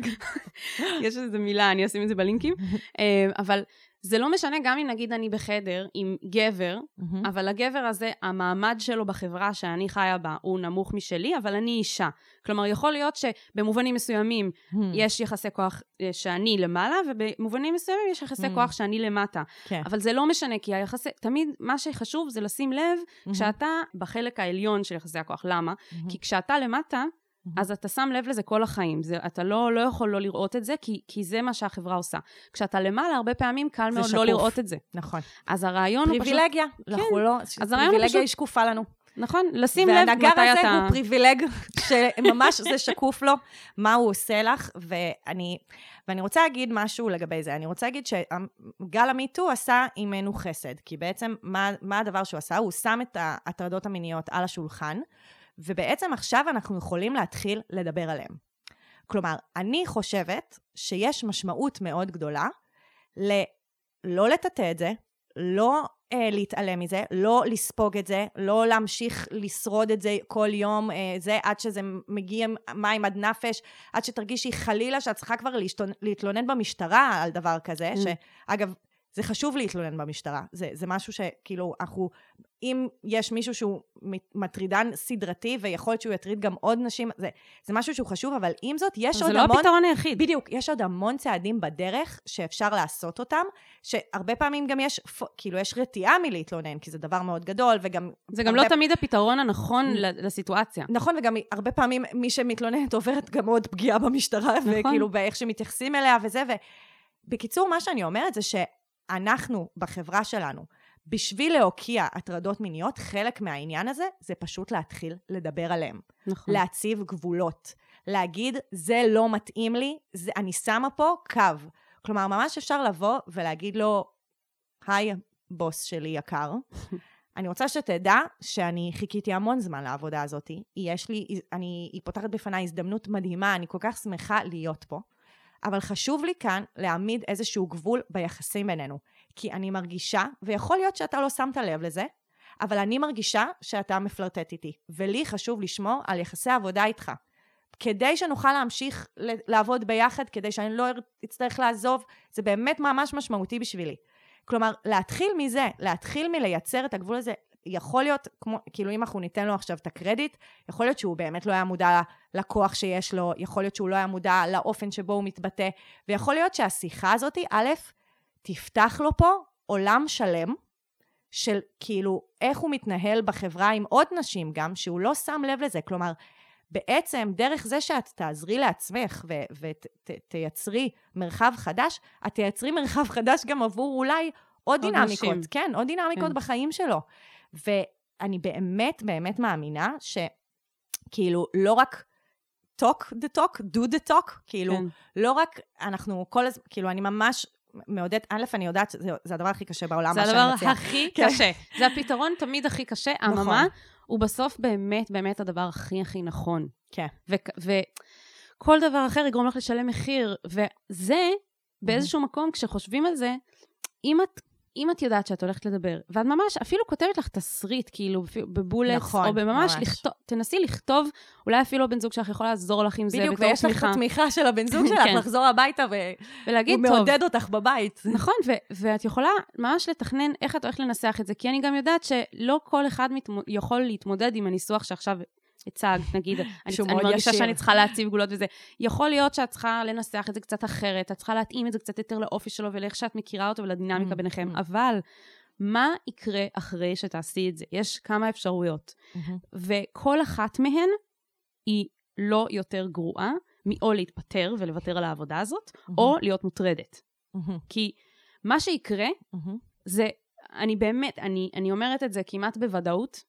יש איזו מילה, אני אשים את זה בלינקים, אבל זה לא משנה גם אם נגיד אני בחדר עם גבר, אבל הגבר הזה, המעמד שלו בחברה שאני חיה בה, הוא נמוך משלי, אבל אני אישה. כלומר, יכול להיות שבמובנים מסוימים יש יחסי כוח שאני למעלה, ובמובנים מסוימים יש יחסי כוח שאני למטה. אבל זה לא משנה, כי היחסי, תמיד מה שחשוב זה לשים לב, כשאתה בחלק העליון של יחסי הכוח. למה? כי כשאתה למטה, אז אתה שם לב לזה כל החיים. זה, אתה לא, לא יכול לא לראות את זה, כי, כי זה מה שהחברה עושה. כשאתה למעלה, הרבה פעמים קל מאוד שקוף. לא לראות את זה. נכון. אז הרעיון פריבילגיה. הוא פשוט... כן. לא... אז הרעיון פריבילגיה פשוט... היא שקופה לנו. נכון, לשים לב מתי אתה... והנגר הזה הוא פריבילג, שממש זה שקוף לו, מה הוא עושה לך, ואני, ואני רוצה להגיד משהו לגבי זה. אני רוצה להגיד שגל המיטו עשה עימנו חסד, כי בעצם מה, מה הדבר שהוא עשה? הוא שם את ההטרדות המיניות על השולחן, ובעצם עכשיו אנחנו יכולים להתחיל לדבר עליהם. כלומר, אני חושבת שיש משמעות מאוד גדולה ל- לא לטאטא את זה, לא אה, להתעלם מזה, לא לספוג את זה, לא להמשיך לשרוד את זה כל יום, אה, זה עד שזה מגיע מים עד נפש, עד שתרגישי חלילה שאת צריכה כבר להשתונ... להתלונן במשטרה על דבר כזה, mm. שאגב, זה חשוב להתלונן במשטרה, זה, זה משהו שכאילו, אנחנו, אם יש מישהו שהוא מטרידן סדרתי, ויכול להיות שהוא יטריד גם עוד נשים, זה, זה משהו שהוא חשוב, אבל עם זאת, יש עוד המון... זה לא הפתרון היחיד. בדיוק, יש עוד המון צעדים בדרך, שאפשר לעשות אותם, שהרבה פעמים גם יש, כאילו, יש רתיעה מלהתלונן, כי זה דבר מאוד גדול, וגם... זה גם הרבה... לא תמיד הפתרון הנכון לסיטואציה. נכון, וגם הרבה פעמים מי שמתלוננת עוברת גם עוד פגיעה במשטרה, נכון. וכאילו, באיך שמתייחסים אליה וזה, ובקיצור, מה שאני אומרת זה ש... אנחנו, בחברה שלנו, בשביל להוקיע הטרדות מיניות, חלק מהעניין הזה, זה פשוט להתחיל לדבר עליהם. נכון. להציב גבולות. להגיד, זה לא מתאים לי, זה, אני שמה פה קו. כלומר, ממש אפשר לבוא ולהגיד לו, היי, בוס שלי יקר, אני רוצה שתדע שאני חיכיתי המון זמן לעבודה הזאת. יש לי, אני, היא פותחת בפניי הזדמנות מדהימה, אני כל כך שמחה להיות פה. אבל חשוב לי כאן להעמיד איזשהו גבול ביחסים בינינו. כי אני מרגישה, ויכול להיות שאתה לא שמת לב לזה, אבל אני מרגישה שאתה מפלרטט איתי. ולי חשוב לשמור על יחסי עבודה איתך. כדי שנוכל להמשיך לעבוד ביחד, כדי שאני לא אצטרך לעזוב, זה באמת ממש משמעותי בשבילי. כלומר, להתחיל מזה, להתחיל מלייצר את הגבול הזה, יכול להיות, כמו, כאילו אם אנחנו ניתן לו עכשיו את הקרדיט, יכול להיות שהוא באמת לא היה מודע לכוח שיש לו, יכול להיות שהוא לא היה מודע לאופן שבו הוא מתבטא, ויכול להיות שהשיחה הזאת, א', תפתח לו פה עולם שלם, של כאילו איך הוא מתנהל בחברה עם עוד נשים גם, שהוא לא שם לב לזה, כלומר, בעצם דרך זה שאת תעזרי לעצמך ותייצרי מרחב חדש, את תייצרי מרחב חדש גם עבור אולי עוד דינמיקות, כן, עוד דינמיקות בחיים שלו. ואני באמת, באמת מאמינה שכאילו לא רק talk the talk, do the talk, כאילו לא רק אנחנו כל הזמן, כאילו אני ממש מעודדת, א', אני יודעת, זה הדבר הכי קשה בעולם. זה הדבר הכי קשה. זה הפתרון תמיד הכי קשה, אממה, הוא בסוף באמת, באמת הדבר הכי הכי נכון. כן. וכל דבר אחר יגרום לך לשלם מחיר, וזה, באיזשהו מקום, כשחושבים על זה, אם את אם את יודעת שאת הולכת לדבר, ואת ממש אפילו כותבת לך תסריט, כאילו, בבולט, נכון, או בממש, לכתוב, תנסי לכתוב, אולי אפילו הבן זוג שלך יכול לעזור לך עם זה, בדיוק, ויש לך את התמיכה של הבן זוג שלך, כן. לחזור הביתה, ו... ולהגיד, הוא מעודד אותך בבית. נכון, ו- ואת יכולה ממש לתכנן איך את הולכת לנסח את זה, כי אני גם יודעת שלא כל אחד מתמוד... יכול להתמודד עם הניסוח שעכשיו הצג, נגיד, אני, אני מרגישה שאני צריכה להציב גבולות וזה. יכול להיות שאת צריכה לנסח את זה קצת אחרת, את צריכה להתאים את זה קצת יותר לאופי שלו, ולאיך שאת מכירה אותו ולדינמיקה ביניכם. אבל מה יקרה אחרי שתעשי את זה? יש כמה אפשרויות. וכל אחת מהן היא לא יותר גרועה, מאו להתפטר ולוותר על העבודה הזאת, או להיות מוטרדת. כי מה שיקרה, זה, אני באמת, אני, אני אומרת את זה כמעט בוודאות,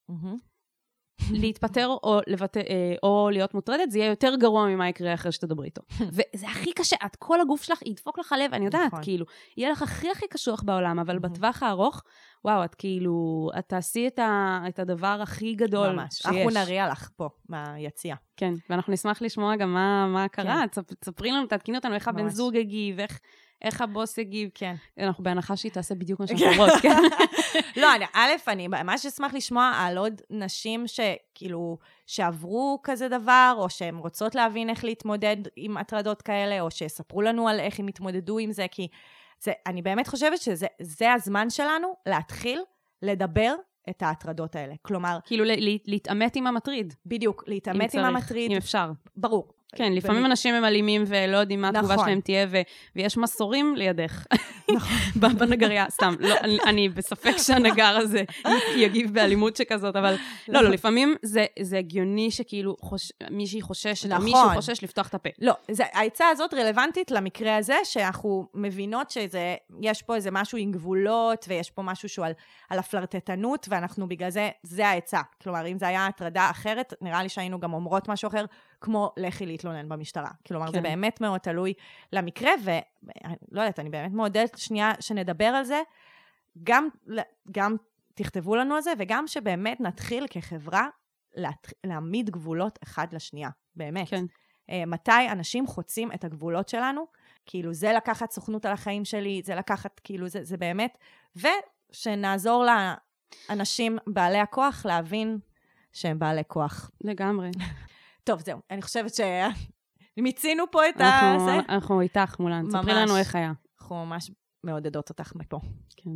להתפטר או, לבט... או להיות מוטרדת, זה יהיה יותר גרוע ממה יקרה אחרי שתדברי איתו. וזה הכי קשה, את כל הגוף שלך ידפוק לך לב, אני יודעת, כאילו, יהיה לך הכי הכי קשוח בעולם, אבל בטווח הארוך, וואו, את כאילו, את תעשי את, ה... את הדבר הכי גדול ממש. שיש. אנחנו נריע לך פה, מהיציאה. כן, ואנחנו נשמח לשמוע גם מה, מה קרה, כן. תספרי לנו, תתקיני אותנו, איך הבן זוג הגיב, איך... איך הבוס הגיב, כן. אנחנו בהנחה שהיא תעשה בדיוק מה שאנחנו אומרות, כן. לא, אני, א', אני ממש אשמח לשמוע על עוד נשים שכאילו, שעברו כזה דבר, או שהן רוצות להבין איך להתמודד עם הטרדות כאלה, או שיספרו לנו על איך הם התמודדו עם זה, כי זה, אני באמת חושבת שזה זה הזמן שלנו להתחיל לדבר את ההטרדות האלה. כלומר... כאילו להתאמת עם המטריד. בדיוק, להתאמת עם המטריד. אם אפשר. ברור. כן, לפעמים אנשים הם אלימים ולא יודעים מה התגובה שלהם תהיה, ויש מסורים לידך. נכון. בנגריה, סתם, אני בספק שהנגר הזה יגיב באלימות שכזאת, אבל לא, לא, לפעמים זה הגיוני שכאילו מישהי חוששת, או מישהו חושש לפתוח את הפה. לא, העצה הזאת רלוונטית למקרה הזה, שאנחנו מבינות שיש פה איזה משהו עם גבולות, ויש פה משהו שהוא על הפלרטטנות, ואנחנו בגלל זה, זה העצה. כלומר, אם זה היה הטרדה אחרת, נראה לי שהיינו גם אומרות משהו אחר, כמו לכי להתלונן במשטרה. כלומר, כן. זה באמת מאוד תלוי למקרה, ולא יודעת, אני באמת מעודדת שנייה שנדבר על זה, גם, גם תכתבו לנו על זה, וגם שבאמת נתחיל כחברה להת... להעמיד גבולות אחד לשנייה, באמת. כן. מתי אנשים חוצים את הגבולות שלנו, כאילו זה לקחת סוכנות על החיים שלי, זה לקחת, כאילו זה, זה באמת, ו... שנעזור לאנשים בעלי הכוח להבין שהם בעלי כוח. לגמרי. טוב, זהו. אני חושבת שמיצינו פה את ה... אנחנו איתך מולן. תספרי לנו איך היה. אנחנו ממש מעודדות אותך מפה. כן.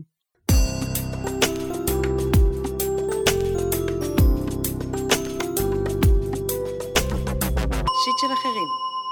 שיט של אחרים.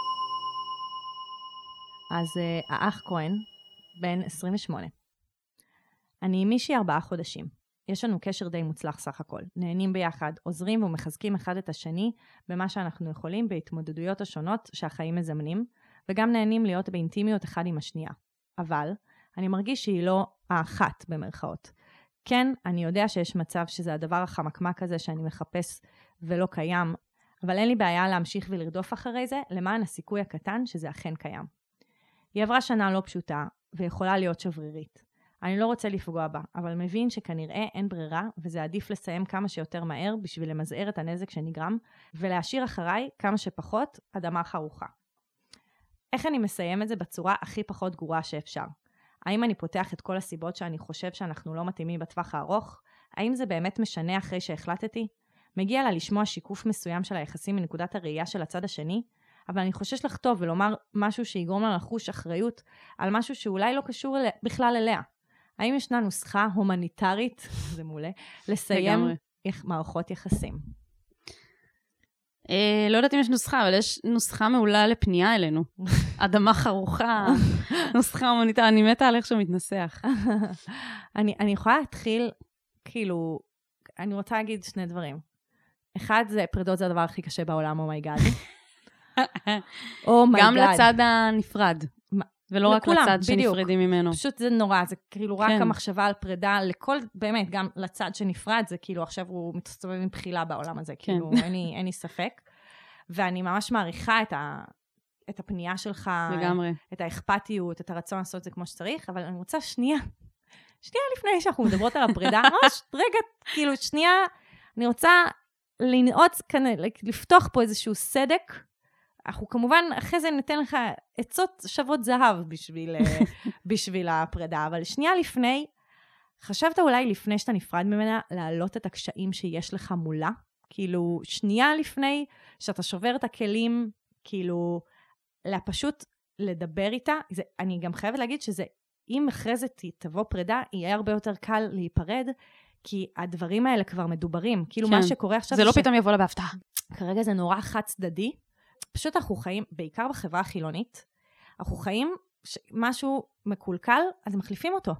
אז uh, האח כהן, בן עשרים ושמונה. אני עם מישהי ארבעה חודשים. יש לנו קשר די מוצלח סך הכל. נהנים ביחד, עוזרים ומחזקים אחד את השני במה שאנחנו יכולים בהתמודדויות השונות שהחיים מזמנים, וגם נהנים להיות באינטימיות אחד עם השנייה. אבל אני מרגיש שהיא לא האחת במרכאות. כן, אני יודע שיש מצב שזה הדבר החמקמק הזה שאני מחפש ולא קיים, אבל אין לי בעיה להמשיך ולרדוף אחרי זה למען הסיכוי הקטן שזה אכן קיים. היא עברה שנה לא פשוטה ויכולה להיות שברירית. אני לא רוצה לפגוע בה, אבל מבין שכנראה אין ברירה וזה עדיף לסיים כמה שיותר מהר בשביל למזער את הנזק שנגרם ולהשאיר אחריי כמה שפחות אדמה חרוכה. איך אני מסיים את זה בצורה הכי פחות גרועה שאפשר? האם אני פותח את כל הסיבות שאני חושב שאנחנו לא מתאימים בטווח הארוך? האם זה באמת משנה אחרי שהחלטתי? מגיע לה לשמוע שיקוף מסוים של היחסים מנקודת הראייה של הצד השני, אבל אני חושש לכתוב ולומר משהו שיגרום לה לחוש אחריות על משהו שאולי לא קשור אל... בכלל אליה. האם ישנה נוסחה הומניטרית, זה מעולה, לסיים יח... מערכות יחסים? אה, לא יודעת אם יש נוסחה, אבל יש נוסחה מעולה לפנייה אלינו. אדמה חרוכה, נוסחה הומניטרית, אני מתה על איך שהוא מתנסח. אני, אני יכולה להתחיל, כאילו, אני רוצה להגיד שני דברים. אחד, זה פרידות זה הדבר הכי קשה בעולם, אומייגאד. גם לצד הנפרד. ולא רק לצד שנפרדים ממנו. פשוט זה נורא, זה כאילו רק המחשבה על פרידה, לכל, באמת, גם לצד שנפרד, זה כאילו עכשיו הוא מסתובב עם בחילה בעולם הזה, כאילו אין לי ספק. ואני ממש מעריכה את הפנייה שלך, את האכפתיות, את הרצון לעשות את זה כמו שצריך, אבל אני רוצה שנייה, שנייה לפני שאנחנו מדברות על הפרידה, ממש רגע, כאילו שנייה, אני רוצה לנעוץ כאן, לפתוח פה איזשהו סדק, אנחנו כמובן, אחרי זה ניתן לך עצות שוות זהב בשביל, בשביל הפרידה, אבל שנייה לפני, חשבת אולי לפני שאתה נפרד ממנה, להעלות את הקשיים שיש לך מולה? כאילו, שנייה לפני שאתה שובר את הכלים, כאילו, פשוט לדבר איתה, זה, אני גם חייבת להגיד שזה, אם אחרי זה תבוא פרידה, יהיה הרבה יותר קל להיפרד, כי הדברים האלה כבר מדוברים, כאילו כן. מה שקורה עכשיו... זה לא ש... פתאום יבוא לה בהפתעה. כרגע זה נורא חד צדדי, פשוט אנחנו חיים, בעיקר בחברה החילונית, אנחנו חיים משהו מקולקל, אז מחליפים אותו.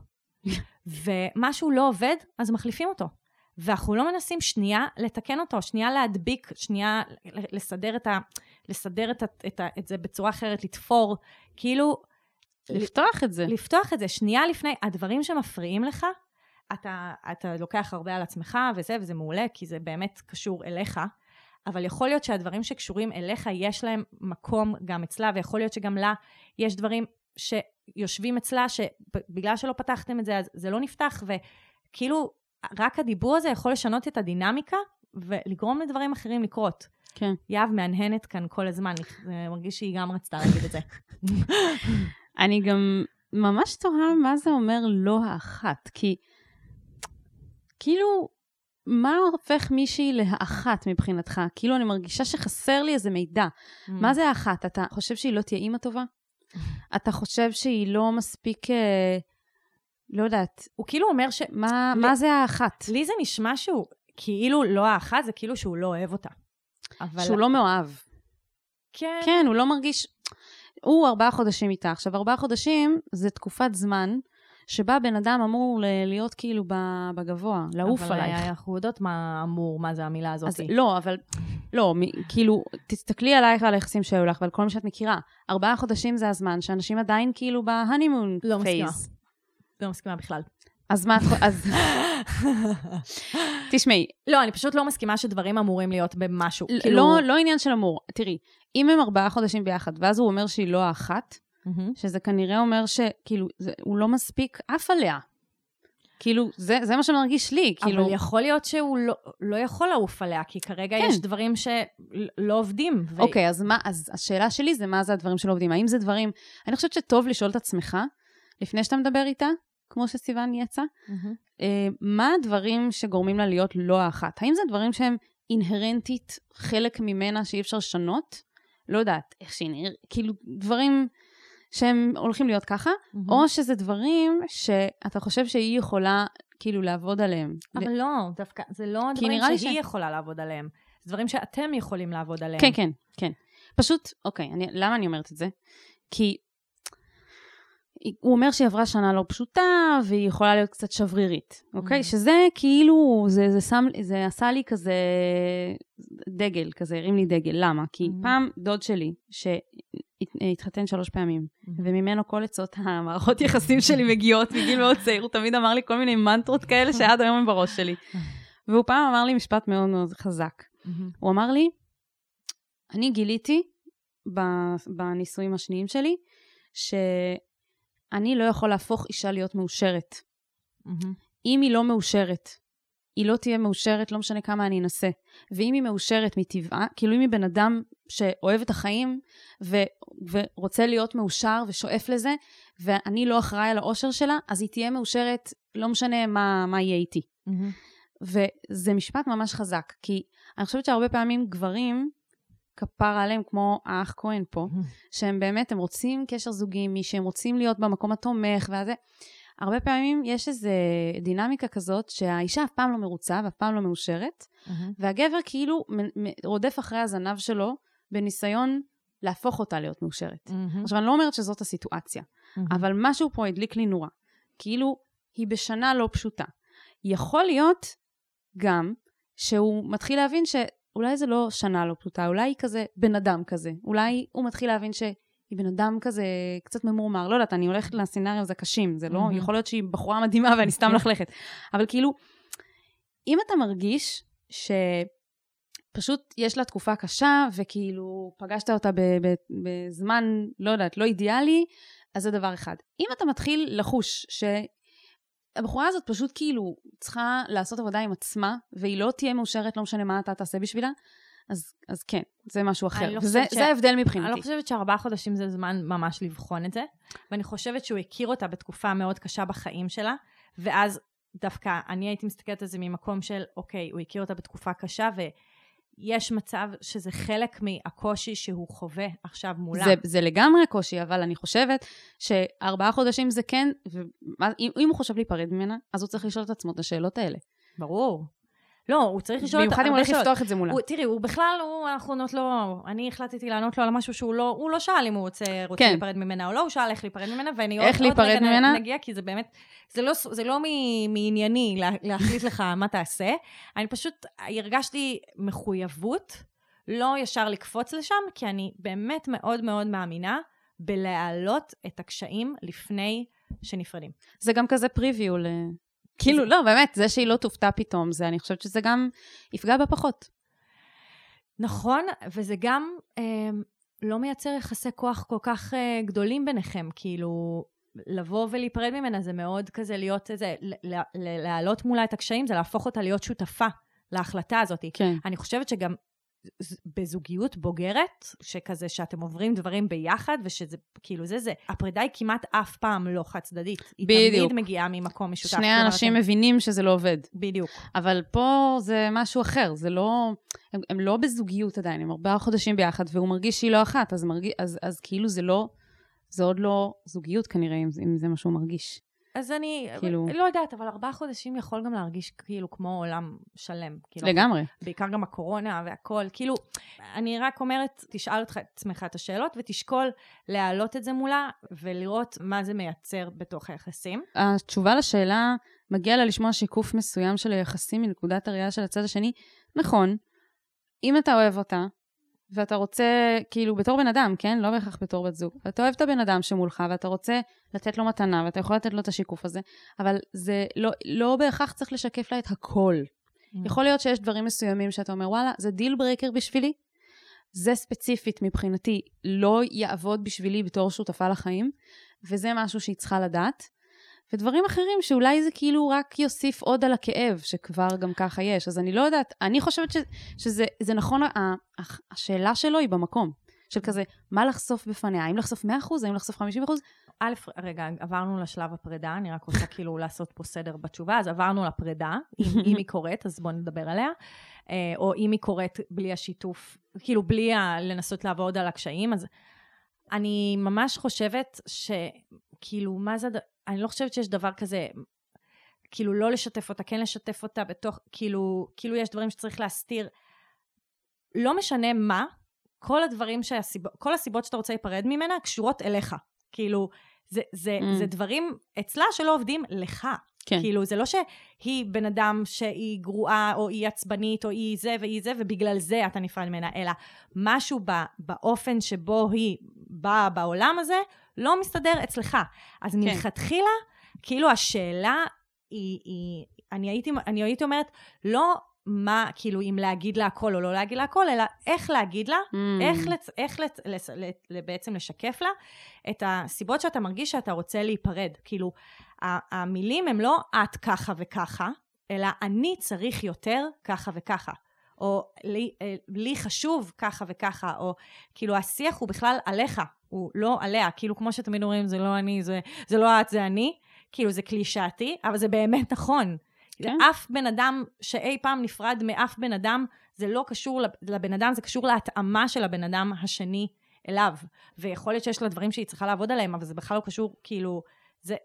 ומשהו לא עובד, אז מחליפים אותו. ואנחנו לא מנסים שנייה לתקן אותו, שנייה להדביק, שנייה לסדר את, ה, לסדר את, את, את זה בצורה אחרת, לתפור, כאילו... לפתוח את זה. לפתוח את זה. שנייה לפני, הדברים שמפריעים לך, אתה, אתה לוקח הרבה על עצמך וזה, וזה מעולה, כי זה באמת קשור אליך, אבל יכול להיות שהדברים שקשורים אליך, יש להם מקום גם אצלה, ויכול להיות שגם לה יש דברים שיושבים אצלה, שבגלל שלא פתחתם את זה, אז זה לא נפתח, וכאילו, רק הדיבור הזה יכול לשנות את הדינמיקה, ולגרום לדברים אחרים לקרות. כן. יאב מהנהנת כאן כל הזמן, אני מרגיש שהיא גם רצתה להגיד את זה. אני גם ממש תוהה מה זה אומר לא האחת, כי כאילו, מה הופך מישהי להאחת מבחינתך? כאילו אני מרגישה שחסר לי איזה מידע. Mm. מה זה האחת? אתה חושב שהיא לא תהיה אימא טובה? אתה חושב שהיא לא מספיק, אה, לא יודעת. הוא כאילו אומר ש... מה, ל... מה זה האחת? לי זה נשמע שהוא כאילו לא האחת, זה כאילו שהוא לא אוהב אותה. אבל... שהוא לא מאוהב. כן. כן, הוא לא מרגיש... הוא ארבעה חודשים איתה. עכשיו, ארבעה חודשים זה תקופת זמן... שבה בן אדם אמור להיות כאילו בגבוה, לעוף עלייך. אבל אנחנו יודעות מה אמור, מה זה המילה הזאת. אז לא, אבל, לא, כאילו, תסתכלי עלייך ועל היחסים שהיו לך, ועל כל מה שאת מכירה. ארבעה חודשים זה הזמן, שאנשים עדיין כאילו בהנימון פייס. לא מסכימה. לא מסכימה בכלל. אז מה את חושבת? אז... תשמעי. לא, אני פשוט לא מסכימה שדברים אמורים להיות במשהו. לא, לא עניין של אמור. תראי, אם הם ארבעה חודשים ביחד, ואז הוא אומר שהיא לא האחת, שזה כנראה אומר שכאילו, הוא לא מספיק אף עליה. כאילו, זה, זה מה שמרגיש לי. כאילו... אבל יכול להיות שהוא לא, לא יכול לעוף עליה, כי כרגע כן. יש דברים שלא עובדים. ו... אוקיי, אז, מה, אז השאלה שלי זה מה זה הדברים שלא עובדים. האם זה דברים, אני חושבת שטוב לשאול את עצמך, לפני שאתה מדבר איתה, כמו שסיוון יצא, mm-hmm. מה הדברים שגורמים לה להיות לא האחת? האם זה דברים שהם אינהרנטית חלק ממנה שאי אפשר לשנות? לא יודעת איך שהיא נראה, כאילו דברים שהם הולכים להיות ככה, mm-hmm. או שזה דברים שאתה חושב שהיא יכולה כאילו לעבוד עליהם. אבל ו... לא, דווקא, זה לא דברים שהיא ש... יכולה לעבוד עליהם. זה דברים שאתם יכולים לעבוד עליהם. כן, כן, כן. פשוט, אוקיי, אני, למה אני אומרת את זה? כי הוא אומר שהיא עברה שנה לא פשוטה, והיא יכולה להיות קצת שברירית, אוקיי? Mm-hmm. שזה כאילו, זה, זה, שם, זה עשה לי כזה דגל, כזה, הרים לי דגל. למה? כי mm-hmm. פעם דוד שלי, שהתחתן שלוש פעמים, mm-hmm. וממנו כל עצות המערכות יחסים שלי מגיעות, מגיל מאוד צעיר, הוא תמיד אמר לי כל מיני מנטרות כאלה, שעד היום הם בראש שלי. והוא פעם אמר לי משפט מאוד מאוד חזק. Mm-hmm. הוא אמר לי, אני גיליתי, בניסויים השניים שלי, ש... אני לא יכול להפוך אישה להיות מאושרת. Mm-hmm. אם היא לא מאושרת, היא לא תהיה מאושרת, לא משנה כמה אני אנסה. ואם היא מאושרת מטבעה, כאילו אם היא בן אדם שאוהב את החיים, ו- ורוצה להיות מאושר ושואף לזה, ואני לא אחראי על האושר שלה, אז היא תהיה מאושרת, לא משנה מה, מה יהיה איתי. Mm-hmm. וזה משפט ממש חזק, כי אני חושבת שהרבה פעמים גברים, כפר עליהם כמו האח כהן פה, שהם באמת, הם רוצים קשר זוגי, מי שהם רוצים להיות במקום התומך, וזה, הרבה פעמים יש איזו דינמיקה כזאת, שהאישה אף פעם לא מרוצה, ואף פעם לא מאושרת, והגבר כאילו רודף אחרי הזנב שלו, בניסיון להפוך אותה להיות מאושרת. עכשיו, אני לא אומרת שזאת הסיטואציה, אבל משהו פה הדליק לי נורא, כאילו, היא בשנה לא פשוטה. יכול להיות גם, שהוא מתחיל להבין ש... אולי זה לא שנה לא פשוטה, אולי היא כזה בן אדם כזה, אולי הוא מתחיל להבין שהיא בן אדם כזה קצת ממורמר, לא יודעת, אני הולכת לסצנריו, זה קשים, זה לא, mm-hmm. יכול להיות שהיא בחורה מדהימה ואני סתם לחלכת, אבל כאילו, אם אתה מרגיש שפשוט יש לה תקופה קשה, וכאילו פגשת אותה בזמן, לא יודעת, לא אידיאלי, אז זה דבר אחד. אם אתה מתחיל לחוש ש... הבחורה הזאת פשוט כאילו צריכה לעשות עבודה עם עצמה, והיא לא תהיה מאושרת, לא משנה מה אתה תעשה בשבילה, אז, אז כן, זה משהו אחר. לא וזה, ש... זה ההבדל מבחינתי. אני לא חושבת שארבעה חודשים זה זמן ממש לבחון את זה, ואני חושבת שהוא הכיר אותה בתקופה מאוד קשה בחיים שלה, ואז דווקא אני הייתי מסתכלת על זה ממקום של, אוקיי, הוא הכיר אותה בתקופה קשה, ויש מצב שזה חלק מהקושי שהוא חווה עכשיו מולה. זה, זה לגמרי קושי, אבל אני חושבת שארבעה חודשים זה כן, ואם אם הוא חושב להיפרד ממנה, אז הוא צריך לשאול את עצמו את השאלות האלה. ברור. לא, הוא צריך לשאול... במיוחד אם הוא הולך לפתוח את זה מולה. הוא, תראי, הוא בכלל, הוא, אנחנו עונות לו, אני החלטתי לענות לו על משהו שהוא לא, הוא לא שאל אם הוא רוצה, רוצה כן. להיפרד ממנה או לא, הוא שאל איך להיפרד ממנה, ואני איך עוד, להיפרד עוד רגע ממנה? נגיע, כי זה באמת, זה לא, זה לא מענייני לה, להחליט לך מה תעשה, אני פשוט הרגשתי מחויבות, לא ישר לקפוץ לשם, כי אני באמת מאוד מאוד מאמינה, בלהעלות את הקשיים לפני שנפרדים. זה גם כזה פריוויו ל... כאילו, לא, באמת, זה שהיא לא תופתע פתאום, זה, אני חושבת שזה גם יפגע בה פחות. נכון, וזה גם אה, לא מייצר יחסי כוח כל כך אה, גדולים ביניכם, כאילו, לבוא ולהיפרד ממנה, זה מאוד כזה להיות איזה, להעלות מולה את הקשיים, זה להפוך אותה להיות שותפה להחלטה הזאת. כן. אני חושבת שגם בזוגיות בוגרת, שכזה שאתם עוברים דברים ביחד, ושזה כאילו זה זה, הפרידה היא כמעט אף פעם לא חד צדדית. היא בדיוק. תמיד מגיעה ממקום משותף. שני האנשים אתם... מבינים שזה לא עובד. בדיוק. אבל פה זה משהו אחר, זה לא, הם, הם לא בזוגיות עדיין, הם ארבעה חודשים ביחד, והוא מרגיש שהיא לא אחת, אז, מרגיש, אז, אז כאילו זה לא, זה עוד לא זוגיות כנראה, אם, אם זה מה שהוא מרגיש. אז אני כאילו... לא יודעת, אבל ארבעה חודשים יכול גם להרגיש כאילו כמו עולם שלם. כאילו, לגמרי. בעיקר גם הקורונה והכל. כאילו, אני רק אומרת, תשאל אותך את עצמך את השאלות, ותשקול להעלות את זה מולה, ולראות מה זה מייצר בתוך היחסים. התשובה לשאלה, מגיע לה לשמוע שיקוף מסוים של היחסים מנקודת הראייה של הצד השני. נכון, אם אתה אוהב אותה, ואתה רוצה, כאילו, בתור בן אדם, כן? לא בהכרח בתור בת זוג. ואתה אוהב את הבן אדם שמולך, ואתה רוצה לתת לו מתנה, ואתה יכול לתת לו את השיקוף הזה, אבל זה לא, לא בהכרח צריך לשקף לה את הכל. Mm. יכול להיות שיש דברים מסוימים שאתה אומר, וואלה, זה דיל ברקר בשבילי, זה ספציפית מבחינתי, לא יעבוד בשבילי בתור שותפה לחיים, וזה משהו שהיא צריכה לדעת. ודברים אחרים שאולי זה כאילו רק יוסיף עוד על הכאב, שכבר גם ככה יש. אז אני לא יודעת, אני חושבת ש, שזה זה נכון, השאלה שלו היא במקום. של כזה, מה לחשוף בפניה? האם לחשוף מאה אחוז? האם לחשוף חמישים אחוז? א', רגע, עברנו לשלב הפרידה, אני רק רוצה כאילו לעשות פה סדר בתשובה, אז עברנו לפרידה, אם, אם היא קורית, אז בואו נדבר עליה, או אם היא קורית בלי השיתוף, כאילו בלי ה- לנסות לעבוד על הקשיים, אז אני ממש חושבת שכאילו, מה זה, אני לא חושבת שיש דבר כזה, כאילו לא לשתף אותה, כן לשתף אותה בתוך, כאילו, כאילו יש דברים שצריך להסתיר, לא משנה מה, כל הדברים שהסיב... כל הסיבות שאתה רוצה להיפרד ממנה, קשורות אליך. כאילו, זה, זה, mm. זה דברים אצלה שלא עובדים לך. כן. כאילו, זה לא שהיא בן אדם שהיא גרועה, או היא עצבנית, או היא זה והיא זה, ובגלל זה אתה נפרד ממנה, אלא משהו בא, באופן שבו היא באה בעולם הזה, לא מסתדר אצלך. אז כן. מלכתחילה, כאילו השאלה היא, היא אני, הייתי, אני הייתי אומרת, לא מה, כאילו, אם להגיד לה הכל או לא להגיד לה הכל, אלא איך להגיד לה, mm. איך, לצ, איך לצ, לצ, לצ, בעצם לשקף לה את הסיבות שאתה מרגיש שאתה רוצה להיפרד. כאילו, המילים הם לא את ככה וככה, אלא אני צריך יותר ככה וככה. או לי, לי חשוב ככה וככה, או כאילו השיח הוא בכלל עליך, הוא לא עליה. כאילו, כמו שתמיד אומרים, זה לא אני, זה, זה לא את, זה אני. כאילו, זה קלישאתי, אבל זה באמת נכון. כן. אף בן אדם שאי פעם נפרד מאף בן אדם, זה לא קשור לבן אדם, זה קשור להתאמה של הבן אדם השני אליו. ויכול להיות שיש לה דברים שהיא צריכה לעבוד עליהם, אבל זה בכלל לא קשור, כאילו, זה...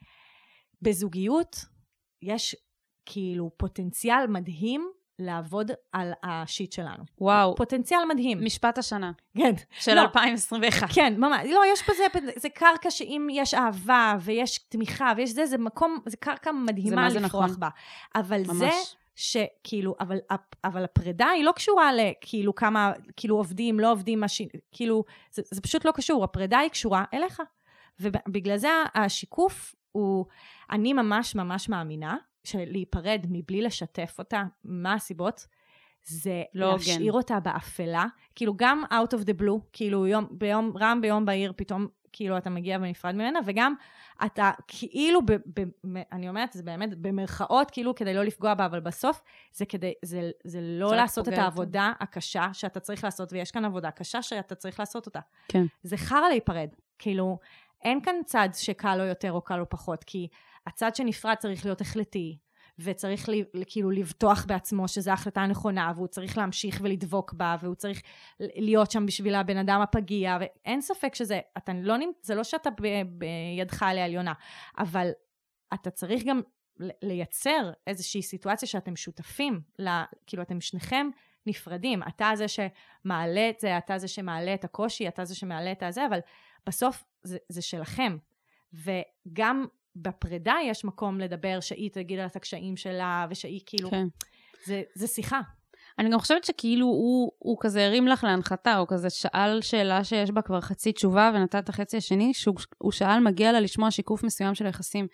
בזוגיות יש כאילו פוטנציאל מדהים לעבוד על השיט שלנו. וואו. פוטנציאל מדהים. משפט השנה. כן. של לא. אלפיים עשרים ואחת. כן, ממש. לא, יש בזה, זה קרקע שאם יש אהבה ויש תמיכה ויש זה, זה מקום, זה קרקע מדהימה לפרוח נכון. בה. אבל ממש. זה שכאילו, אבל, אבל הפרידה היא לא קשורה לכאילו כמה, כאילו עובדים, לא עובדים, משין, כאילו, זה, זה פשוט לא קשור. הפרידה היא קשורה אליך. ובגלל זה השיקוף הוא, אני ממש ממש מאמינה, שלהיפרד מבלי לשתף אותה, מה הסיבות, זה לא להשאיר גן. אותה באפלה, כאילו גם out of the blue, כאילו יום, ביום, רם ביום בהיר, פתאום כאילו אתה מגיע ונפרד ממנה, וגם אתה כאילו, ב, ב, אני אומרת, זה באמת במרכאות, כאילו כדי לא לפגוע בה, אבל בסוף זה כדי, זה, זה לא לעשות את העבודה את... הקשה שאתה צריך לעשות, ויש כאן עבודה קשה שאתה צריך לעשות אותה. כן. זה חרה להיפרד, כאילו, אין כאן צד שקל לו יותר או קל לו פחות, כי הצד שנפרד צריך להיות החלטי, וצריך לי, כאילו לבטוח בעצמו שזו ההחלטה הנכונה, והוא צריך להמשיך ולדבוק בה, והוא צריך להיות שם בשביל הבן אדם הפגיע, ואין ספק שזה, אתה לא, זה לא שאתה ב, בידך עליה עליונה, אבל אתה צריך גם לייצר איזושהי סיטואציה שאתם שותפים, לה, כאילו אתם שניכם נפרדים, אתה זה שמעלה את זה, אתה זה שמעלה את הקושי, אתה זה שמעלה את הזה, אבל בסוף זה, זה שלכם, וגם בפרידה יש מקום לדבר שהיא תגיד על את הקשיים שלה, ושהיא כאילו, כן. זה, זה שיחה. אני גם חושבת שכאילו הוא, הוא כזה הרים לך להנחתה, הוא כזה שאל שאלה שיש בה כבר חצי תשובה, ונתן את החצי השני, שהוא שאל מגיע לה לשמוע שיקוף מסוים של היחסים.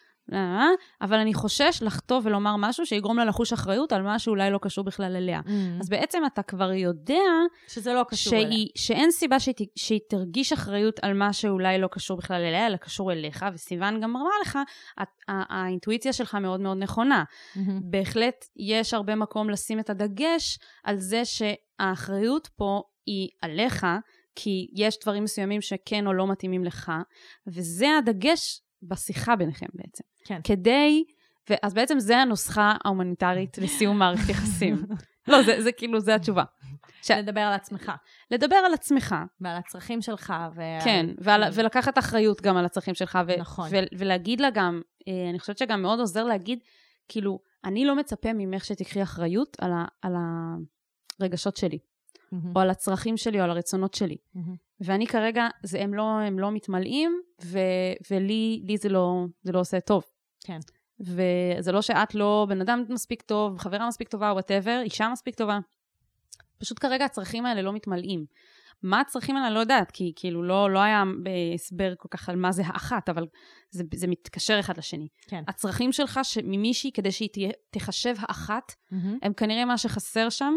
אבל אני חושש לחטוא ולומר משהו שיגרום לה לחוש אחריות על מה שאולי לא קשור בכלל אליה. Mm. אז בעצם אתה כבר יודע שזה לא קשור שהיא, אליה. שאין סיבה שהיא, שהיא תרגיש אחריות על מה שאולי לא קשור בכלל אליה, אלא קשור אליך, וסיוון גם אמרה לך, האינטואיציה שלך מאוד מאוד נכונה. Mm-hmm. בהחלט יש הרבה מקום לשים את הדגש על זה שהאחריות פה היא עליך, כי יש דברים מסוימים שכן או לא מתאימים לך, וזה הדגש בשיחה ביניכם בעצם. כן. כדי, ואז בעצם זה הנוסחה ההומניטרית לסיום מערכת יחסים. לא, זה, זה כאילו, זה התשובה. ש... לדבר על עצמך. לדבר על עצמך. ועל הצרכים שלך. ו... כן, ועל, ולקחת אחריות גם על הצרכים שלך. ו... נכון. ו... ולהגיד לה גם, אני חושבת שגם מאוד עוזר להגיד, כאילו, אני לא מצפה ממך שתקחי אחריות על, ה... על הרגשות שלי. Mm-hmm. או על הצרכים שלי, או על הרצונות שלי. Mm-hmm. ואני כרגע, זה, הם, לא, הם לא מתמלאים, ו, ולי לי זה, לא, זה לא עושה טוב. כן. וזה לא שאת לא בן אדם מספיק טוב, חברה מספיק טובה, או whatever, אישה מספיק טובה. פשוט כרגע הצרכים האלה לא מתמלאים. מה הצרכים האלה? לא יודעת, כי כאילו לא, לא היה הסבר כל כך על מה זה האחת, אבל זה, זה מתקשר אחד לשני. כן. הצרכים שלך ש, ממישהי, כדי שהיא תהיה, תחשב האחת, mm-hmm. הם כנראה מה שחסר שם,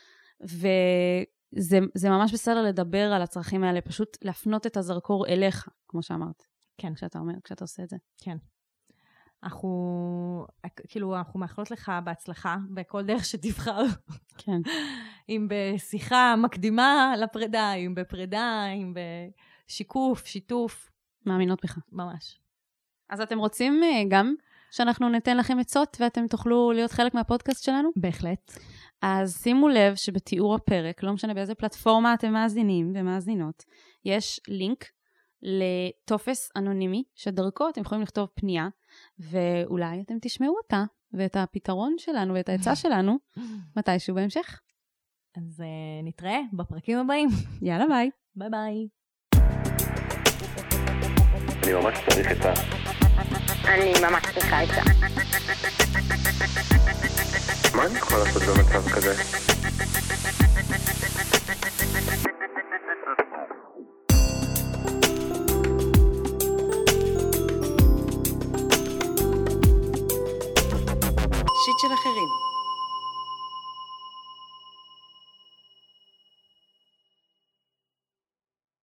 וזה זה ממש בסדר לדבר על הצרכים האלה, פשוט להפנות את הזרקור אליך, כמו שאמרת. כן. כשאתה אומר, כשאתה עושה את זה. כן. אנחנו, כאילו, אנחנו מאחלות לך בהצלחה, בכל דרך שתבחר. כן. אם בשיחה מקדימה לפרידה, אם בפרידה, אם בשיקוף, שיתוף, מאמינות בך. ממש. אז אתם רוצים גם שאנחנו ניתן לכם עצות, ואתם תוכלו להיות חלק מהפודקאסט שלנו? בהחלט. אז שימו לב שבתיאור הפרק, לא משנה באיזה פלטפורמה אתם מאזינים ומאזינות, יש לינק לטופס אנונימי, שדרכו אתם יכולים לכתוב פנייה, ואולי אתם תשמעו אותה, ואת הפתרון שלנו ואת העצה שלנו, מתישהו בהמשך. אז uh, נתראה בפרקים הבאים. יאללה ביי. ביי ביי. אני ממש צריך את ה... אני ממש צריכה את זה. מה אני יכול לעשות במצב כזה? שיט של אחרים.